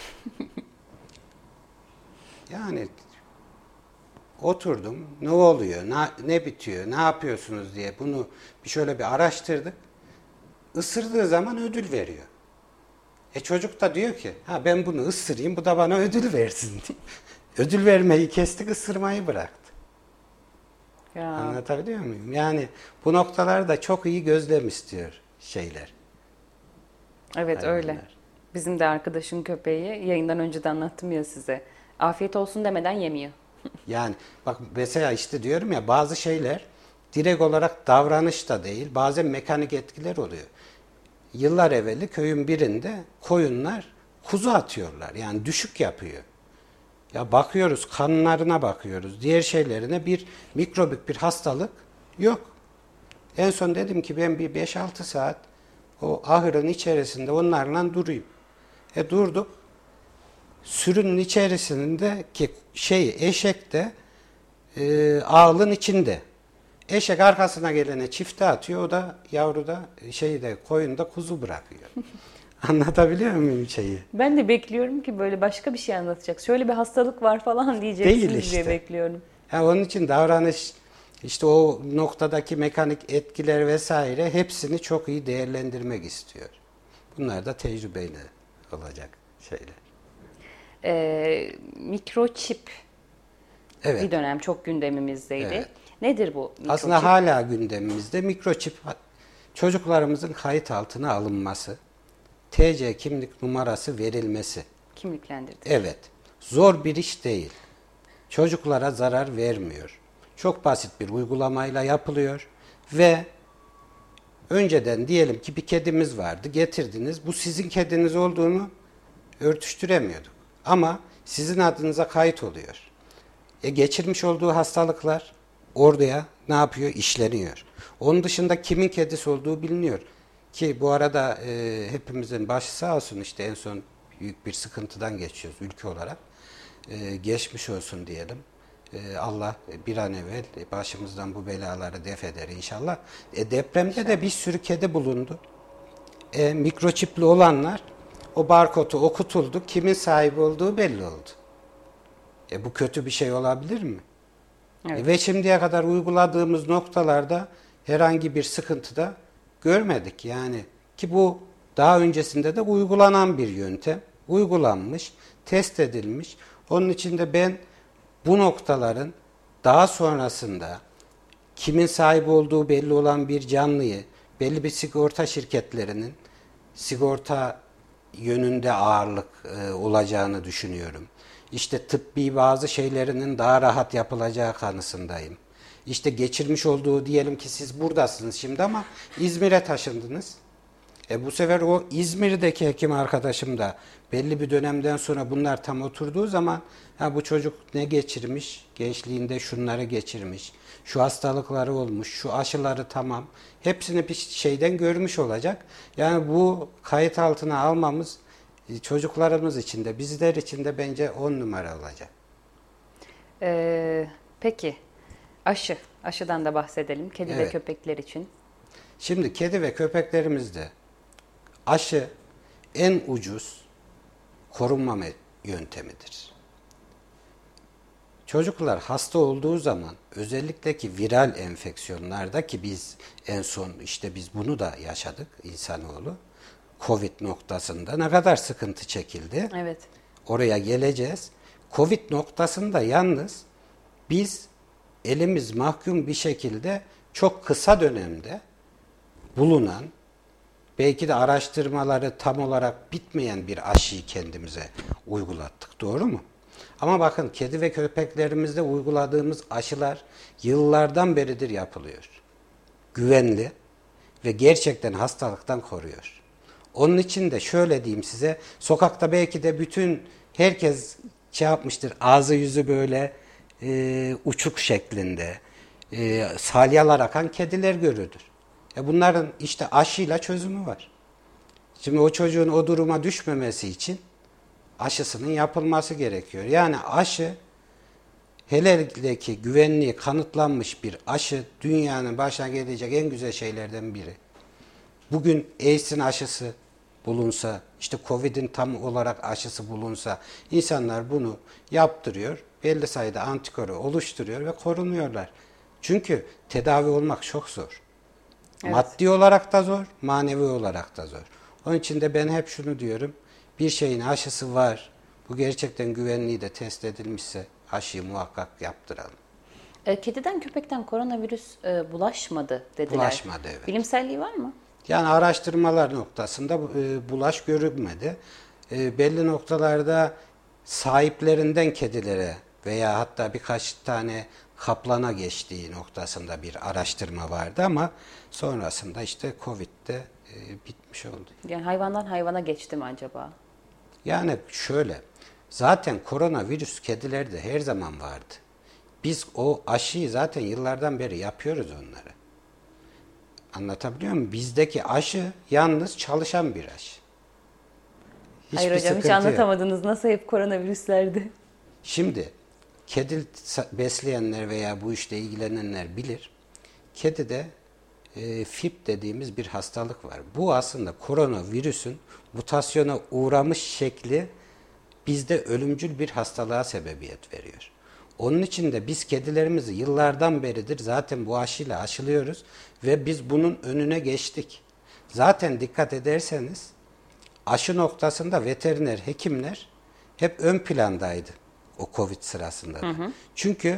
Yani oturdum, ne oluyor, ne, ne bitiyor, ne yapıyorsunuz diye bunu bir şöyle bir araştırdık. Isırdığı zaman ödül veriyor. E çocuk da diyor ki, ha ben bunu ısırayım, bu da bana ödül versin diye. Ödül vermeyi kestik, ısırmayı bıraktı. Ya. Anlatabiliyor muyum? Yani bu noktalarda çok iyi gözlem istiyor şeyler. Evet hayvanlar. Öyle. Bizim de arkadaşın köpeği yayından önce de anlattım ya size. Afiyet olsun demeden yemiyor. Yani bak mesela işte diyorum ya bazı şeyler direkt olarak davranış da değil, bazen mekanik etkiler oluyor. Yıllar evveli köyün birinde koyunlar kuzu atıyorlar. Yani düşük yapıyor. Ya bakıyoruz, kanlarına bakıyoruz, diğer şeylerine bir mikrobik bir hastalık yok. En son dedim ki ben bir beş altı saat o ahırın içerisinde onlarla durayım. E durduk. Sürünün içerisindeki şey eşek de e, ağılın içinde. Eşek arkasına gelene çifte atıyor. O da yavruda şeyde koyunda kuzu bırakıyor. Anlatabiliyor muyum şeyi? Ben de bekliyorum ki böyle başka bir şey anlatacak. Şöyle bir hastalık var falan diyeceksiniz Değil işte. diye bekliyorum. Yani onun için davranış, işte o noktadaki mekanik etkiler vesaire hepsini çok iyi değerlendirmek istiyor. Bunlar da tecrübeyle olacak şeyler. Ee, mikroçip evet. bir dönem çok gündemimizdeydi. Evet. Nedir bu mikroçip? Aslında hala gündemimizde. Mikroçip çocuklarımızın kayıt altına alınması, T C kimlik numarası verilmesi. Kimliklendirdik. Evet. Zor bir iş değil. Çocuklara zarar vermiyor. Çok basit bir uygulamayla yapılıyor ve önceden diyelim ki bir kedimiz vardı, getirdiniz. Bu sizin kediniz olduğunu örtüştüremiyorduk. Ama sizin adınıza kayıt oluyor. E geçirmiş olduğu hastalıklar oraya ne yapıyor? İşleniyor. Onun dışında kimin kedisi olduğu biliniyor. Ki bu arada e, hepimizin başı sağ olsun, işte en son büyük bir sıkıntıdan geçiyoruz ülke olarak. E, geçmiş olsun diyelim. E, Allah bir an evvel başımızdan bu belaları def eder inşallah. E, depremde de bir sürü kedi bulundu. E, mikroçipli olanlar o barkodu okutuldu. Kimin sahibi olduğu belli oldu. E, bu kötü bir şey olabilir mi? Evet. E, ve şimdiye kadar uyguladığımız noktalarda herhangi bir sıkıntı da görmedik. Yani ki bu daha öncesinde de uygulanan bir yöntem. Uygulanmış, test edilmiş. Onun için de ben bu noktaların daha sonrasında kimin sahibi olduğu belli olan bir canlıyı, belli bir sigorta şirketlerinin sigorta yönünde ağırlık e, olacağını düşünüyorum. İşte tıbbi bazı şeylerinin daha rahat yapılacağı kanısındayım. İşte geçirmiş olduğu, diyelim ki siz buradasınız şimdi ama İzmir'e taşındınız. E bu sefer o İzmir'deki hekim arkadaşım da belli bir dönemden sonra bunlar tam oturduğu zaman ha bu çocuk ne geçirmiş, gençliğinde şunları geçirmiş, şu hastalıkları olmuş, şu aşıları tamam, hepsini bir şeyden görmüş olacak. Yani bu kayıt altına almamız çocuklarımız için de bizler için de bence on numara olacak. Ee, peki aşı, aşıdan da bahsedelim kedi evet. ve köpekler için. Şimdi kedi ve köpeklerimizde aşı en ucuz korunma yöntemidir. Çocuklar hasta olduğu zaman özellikle ki viral enfeksiyonlarda, ki biz en son işte biz bunu da yaşadık insanoğlu. Covid noktasında ne kadar sıkıntı çekildi. Evet. Oraya geleceğiz. Covid noktasında yalnız biz elimiz mahkum bir şekilde çok kısa dönemde bulunan, belki de araştırmaları tam olarak bitmeyen bir aşıyı kendimize uygulattık. Doğru mu? Ama bakın kedi ve köpeklerimizde uyguladığımız aşılar yıllardan beridir yapılıyor. Güvenli ve gerçekten hastalıktan koruyor. Onun için de şöyle diyeyim size, sokakta belki de bütün herkes şey yapmıştır, ağzı yüzü böyle e, uçuk şeklinde, e, salyalar akan kediler görülür. E bunların işte aşıyla çözümü var. Şimdi o çocuğun o duruma düşmemesi için aşısının yapılması gerekiyor. Yani aşı, hele ki güvenliği kanıtlanmış bir aşı, dünyanın başına gelecek en güzel şeylerden biri. Bugün AIDS'in aşısı bulunsa, işte Covid'in tam olarak aşısı bulunsa, insanlar bunu yaptırıyor, belli sayıda antikoru oluşturuyor ve korunuyorlar. Çünkü tedavi olmak çok zor. Evet. Maddi olarak da zor, manevi olarak da zor. Onun için de ben hep şunu diyorum, bir şeyin aşısı var, bu gerçekten güvenliği de test edilmişse aşıyı muhakkak yaptıralım. E, kediden köpekten koronavirüs e, bulaşmadı dediler. Bulaşmadı, evet. Bilimselliği var mı? Yani araştırmalar noktasında e, bulaş görülmedi. E, belli noktalarda sahiplerinden kedilere veya hatta birkaç tane kaplana geçtiği noktasında bir araştırma vardı ama sonrasında işte Covid'de e, bitmiş oldu. Yani hayvandan hayvana geçti mi acaba? Yani şöyle, zaten koronavirüs kedilerde her zaman vardı. Biz o aşıyı zaten yıllardan beri yapıyoruz onları. Anlatabiliyor muyum? Bizdeki aşı yalnız çalışan bir aşı. Hiçbir Hayır hocam hiç anlatamadınız. Yok. Nasıl hep koronavirüslerdi? Şimdi kedi besleyenler veya bu işle ilgilenenler bilir. kedide e, F I B dediğimiz bir hastalık var. Bu aslında koronavirüsün mutasyona uğramış şekli bizde ölümcül bir hastalığa sebebiyet veriyor. Onun için de biz kedilerimizi yıllardan beridir zaten bu aşıyla aşılıyoruz ve biz bunun önüne geçtik. Zaten dikkat ederseniz aşı noktasında veteriner hekimler hep ön plandaydı o Covid sırasında da. Hı hı. Çünkü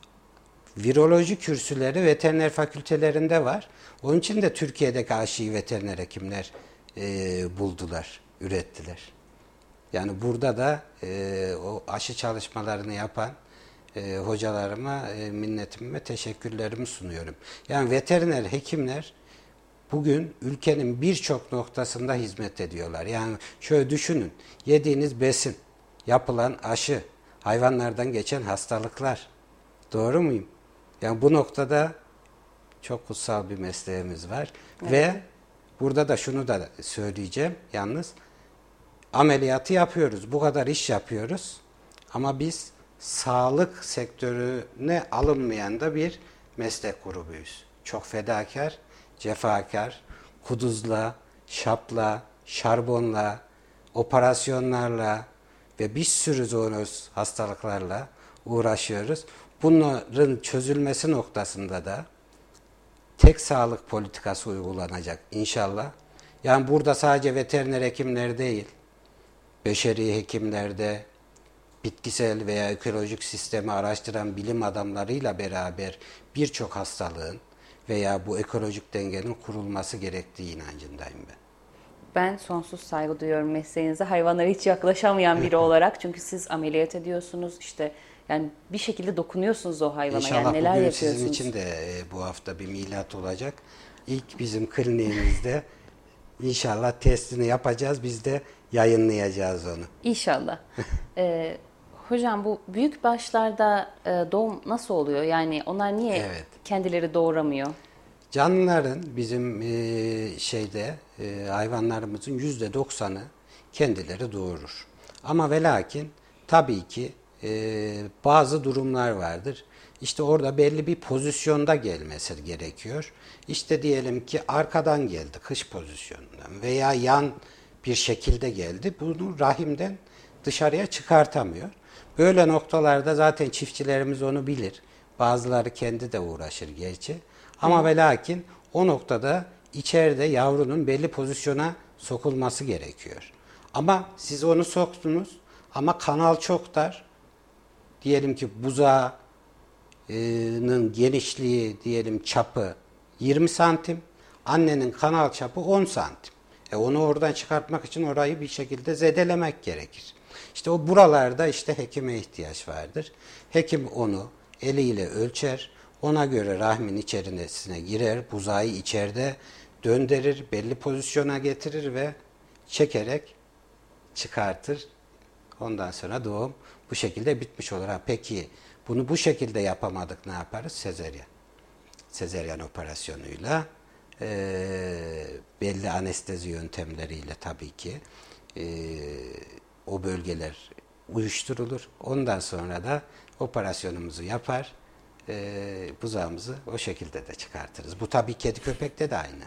viroloji kürsüleri veteriner fakültelerinde var. Onun için de Türkiye'deki aşıyı veteriner hekimler e, buldular, ürettiler. Yani burada da e, o aşı çalışmalarını yapan e, hocalarıma e, minnetimi ve teşekkürlerimi sunuyorum. Yani veteriner hekimler bugün ülkenin birçok noktasında hizmet ediyorlar. Yani şöyle düşünün, yediğiniz besin, yapılan aşı, hayvanlardan geçen hastalıklar. Doğru muyum? Yani bu noktada çok kutsal bir mesleğimiz var. Evet. Ve burada da şunu da söyleyeceğim yalnız. Ameliyatı yapıyoruz, bu kadar iş yapıyoruz ama biz sağlık sektörüne alınmayan da bir meslek grubuyuz. Çok fedakar, cefakar, kuduzla, şapla, şarbonla, operasyonlarla ve bir sürü zoonoz hastalıklarla uğraşıyoruz. Bunların çözülmesi noktasında da tek sağlık politikası uygulanacak inşallah. Yani burada sadece veteriner hekimler değil, beşeri hekimlerde, bitkisel veya ekolojik sistemi araştıran bilim adamlarıyla beraber birçok hastalığın veya bu ekolojik dengenin kurulması gerektiği inancındayım ben. Ben sonsuz saygı duyuyorum mesleğinize. Hayvanlara hiç yaklaşamayan biri olarak. Çünkü siz ameliyat ediyorsunuz, işte yani bir şekilde dokunuyorsunuz o hayvana. İnşallah yani neler bugün yapıyorsunuz? Sizin için de bu hafta bir milat olacak. İlk bizim kliniğimizde inşallah testini yapacağız. Biz de yayınlayacağız onu. İnşallah. ee, hocam bu büyük başlarda e, doğum nasıl oluyor? Yani onlar niye evet. kendileri doğuramıyor? Canlıların bizim e, şeyde e, hayvanlarımızın yüzde doksanı kendileri doğurur. Ama ve lakin tabii ki e, bazı durumlar vardır. İşte orada belli bir pozisyonda gelmesi gerekiyor. İşte diyelim ki arkadan geldi, kış pozisyonundan veya yan bir şekilde geldi. Bunu rahimden dışarıya çıkartamıyor. Böyle noktalarda zaten çiftçilerimiz onu bilir. Bazıları kendi de uğraşır gerçi. Ama ve lakin o noktada içeride yavrunun belli pozisyona sokulması gerekiyor. Ama siz onu soktunuz ama kanal çok dar. Diyelim ki buzağının genişliği, diyelim çapı yirmi santim, annenin kanal çapı on santim. E onu oradan çıkartmak için orayı bir şekilde zedelemek gerekir. İşte o buralarda işte hekime ihtiyaç vardır. Hekim onu eliyle ölçer, ona göre rahmin içerisine girer, buzağı içeride döndürür, belli pozisyona getirir ve çekerek çıkartır. Ondan sonra doğum bu şekilde bitmiş olur. Ha, peki bunu bu şekilde yapamadık, ne yaparız? Sezeryan. Sezeryan operasyonuyla e, belli anestezi yöntemleriyle tabii ki e, o bölgeler uyuşturulur. Ondan sonra da operasyonumuzu yapar, e, buzağımızı o şekilde de çıkartırız. Bu tabii kedi köpekte de aynı.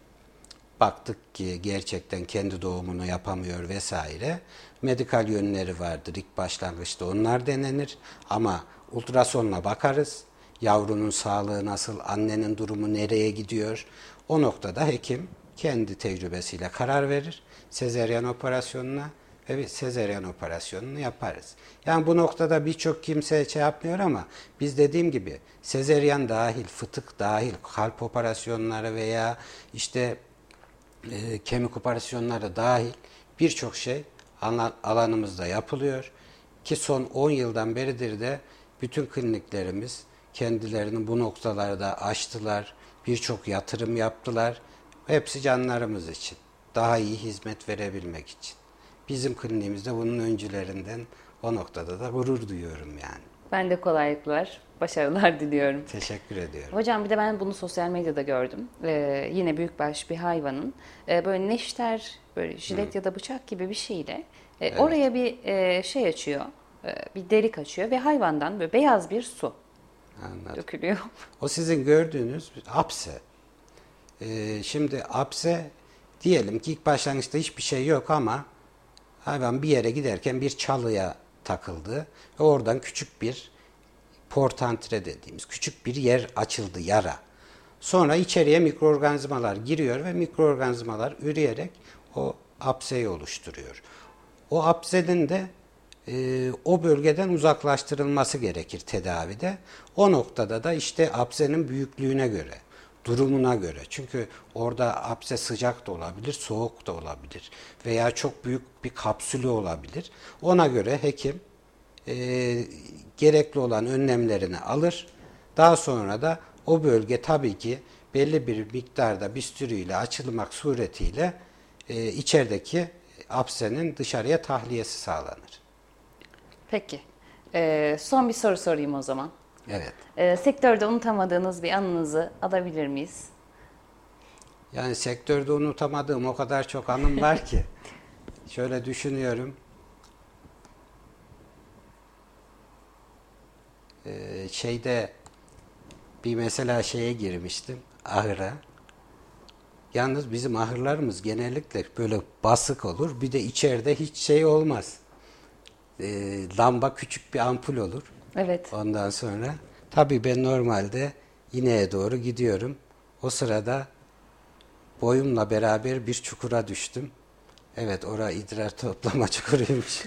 Baktık ki gerçekten kendi doğumunu yapamıyor vesaire. Medikal yönleri vardır. İlk başlangıçta onlar denenir. Ama ultrasonla bakarız. Yavrunun sağlığı nasıl, annenin durumu nereye gidiyor. O noktada hekim kendi tecrübesiyle karar verir. Sezeryan operasyonuna ve sezeryan operasyonunu yaparız. Yani bu noktada birçok kimse şey yapmıyor ama biz dediğim gibi sezeryan dahil, fıtık dahil, kalp operasyonları veya işte e, kemik operasyonları dahil birçok şey alanımızda yapılıyor. Ki son on yıldan beridir de bütün kliniklerimiz kendilerini bu noktalarda açtılar. Birçok yatırım yaptılar. Hepsi canlarımız için. Daha iyi hizmet verebilmek için. Bizim kliniğimizde bunun öncülerinden o noktada da gurur duyuyorum yani. Ben de kolaylıklar, başarılar diliyorum. Teşekkür ediyorum. Hocam bir de ben bunu sosyal medyada gördüm. Ee, yine büyükbaş bir hayvanın e, böyle neşter, böyle jilet Hı. ya da bıçak gibi bir şeyle e, evet. oraya bir e, şey açıyor, e, bir delik açıyor ve hayvandan böyle beyaz bir su Anladım. dökülüyor. O sizin gördüğünüz apse. Ee, şimdi apse diyelim ki ilk başlangıçta hiçbir şey yok ama hayvan bir yere giderken bir çalıya takıldı ve oradan küçük bir portantre dediğimiz küçük bir yer açıldı, yara. Sonra içeriye mikroorganizmalar giriyor ve mikroorganizmalar üreyerek o apseyi oluşturuyor. O apsenin de e, o bölgeden uzaklaştırılması gerekir tedavide. O noktada da işte apsenin büyüklüğüne göre, durumuna göre. Çünkü orada apse sıcak da olabilir, soğuk da olabilir veya çok büyük bir kapsülü olabilir. Ona göre hekim e, gerekli olan önlemlerini alır. Daha sonra da o bölge tabii ki belli bir miktarda bistürüyle açılmak suretiyle e, içerideki apsenin dışarıya tahliyesi sağlanır. Peki. Ee, son bir soru sorayım o zaman. Evet. Ee, sektörde unutamadığınız bir anınızı alabilir miyiz? Yani sektörde unutamadığım o kadar çok anım var ki. Şöyle düşünüyorum. Ee, şeyde bir mesela şeye girmiştim, ahıra. Yalnız bizim ahırlarımız genellikle böyle basık olur. Bir de içeride hiç şey olmaz. Ee, lamba küçük bir ampul olur. Evet. Ondan sonra tabii ben normalde ineğe doğru gidiyorum. O sırada boyumla beraber bir çukura düştüm. Evet, orada idrar toplama çukuruymuş.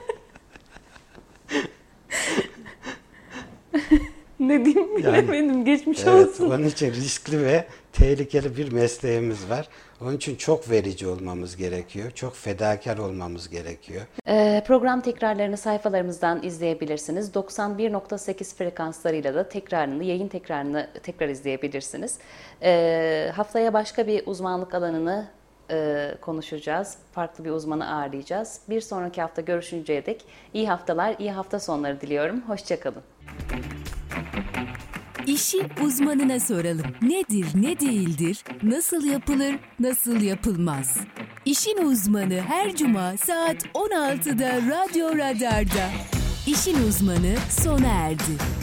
Ne diyeyim bilemedim. Yani, geçmiş evet, olsun. Onun için riskli ve tehlikeli bir mesleğimiz var. Onun için çok verici olmamız gerekiyor. Çok fedakar olmamız gerekiyor. Ee, program tekrarlarını sayfalarımızdan izleyebilirsiniz. doksan bir nokta sekiz frekanslarıyla da tekrarını, yayın tekrarını tekrar izleyebilirsiniz. Ee, haftaya başka bir uzmanlık alanını e, konuşacağız. Farklı bir uzmanı ağırlayacağız. Bir sonraki hafta görüşünceye dek iyi haftalar, iyi hafta sonları diliyorum. Hoşçakalın. İşi uzmanına soralım. Nedir, ne değildir, nasıl yapılır, nasıl yapılmaz? İşin uzmanı her cuma saat on altıda Radyo Radar'da. İşin uzmanı sona erdi.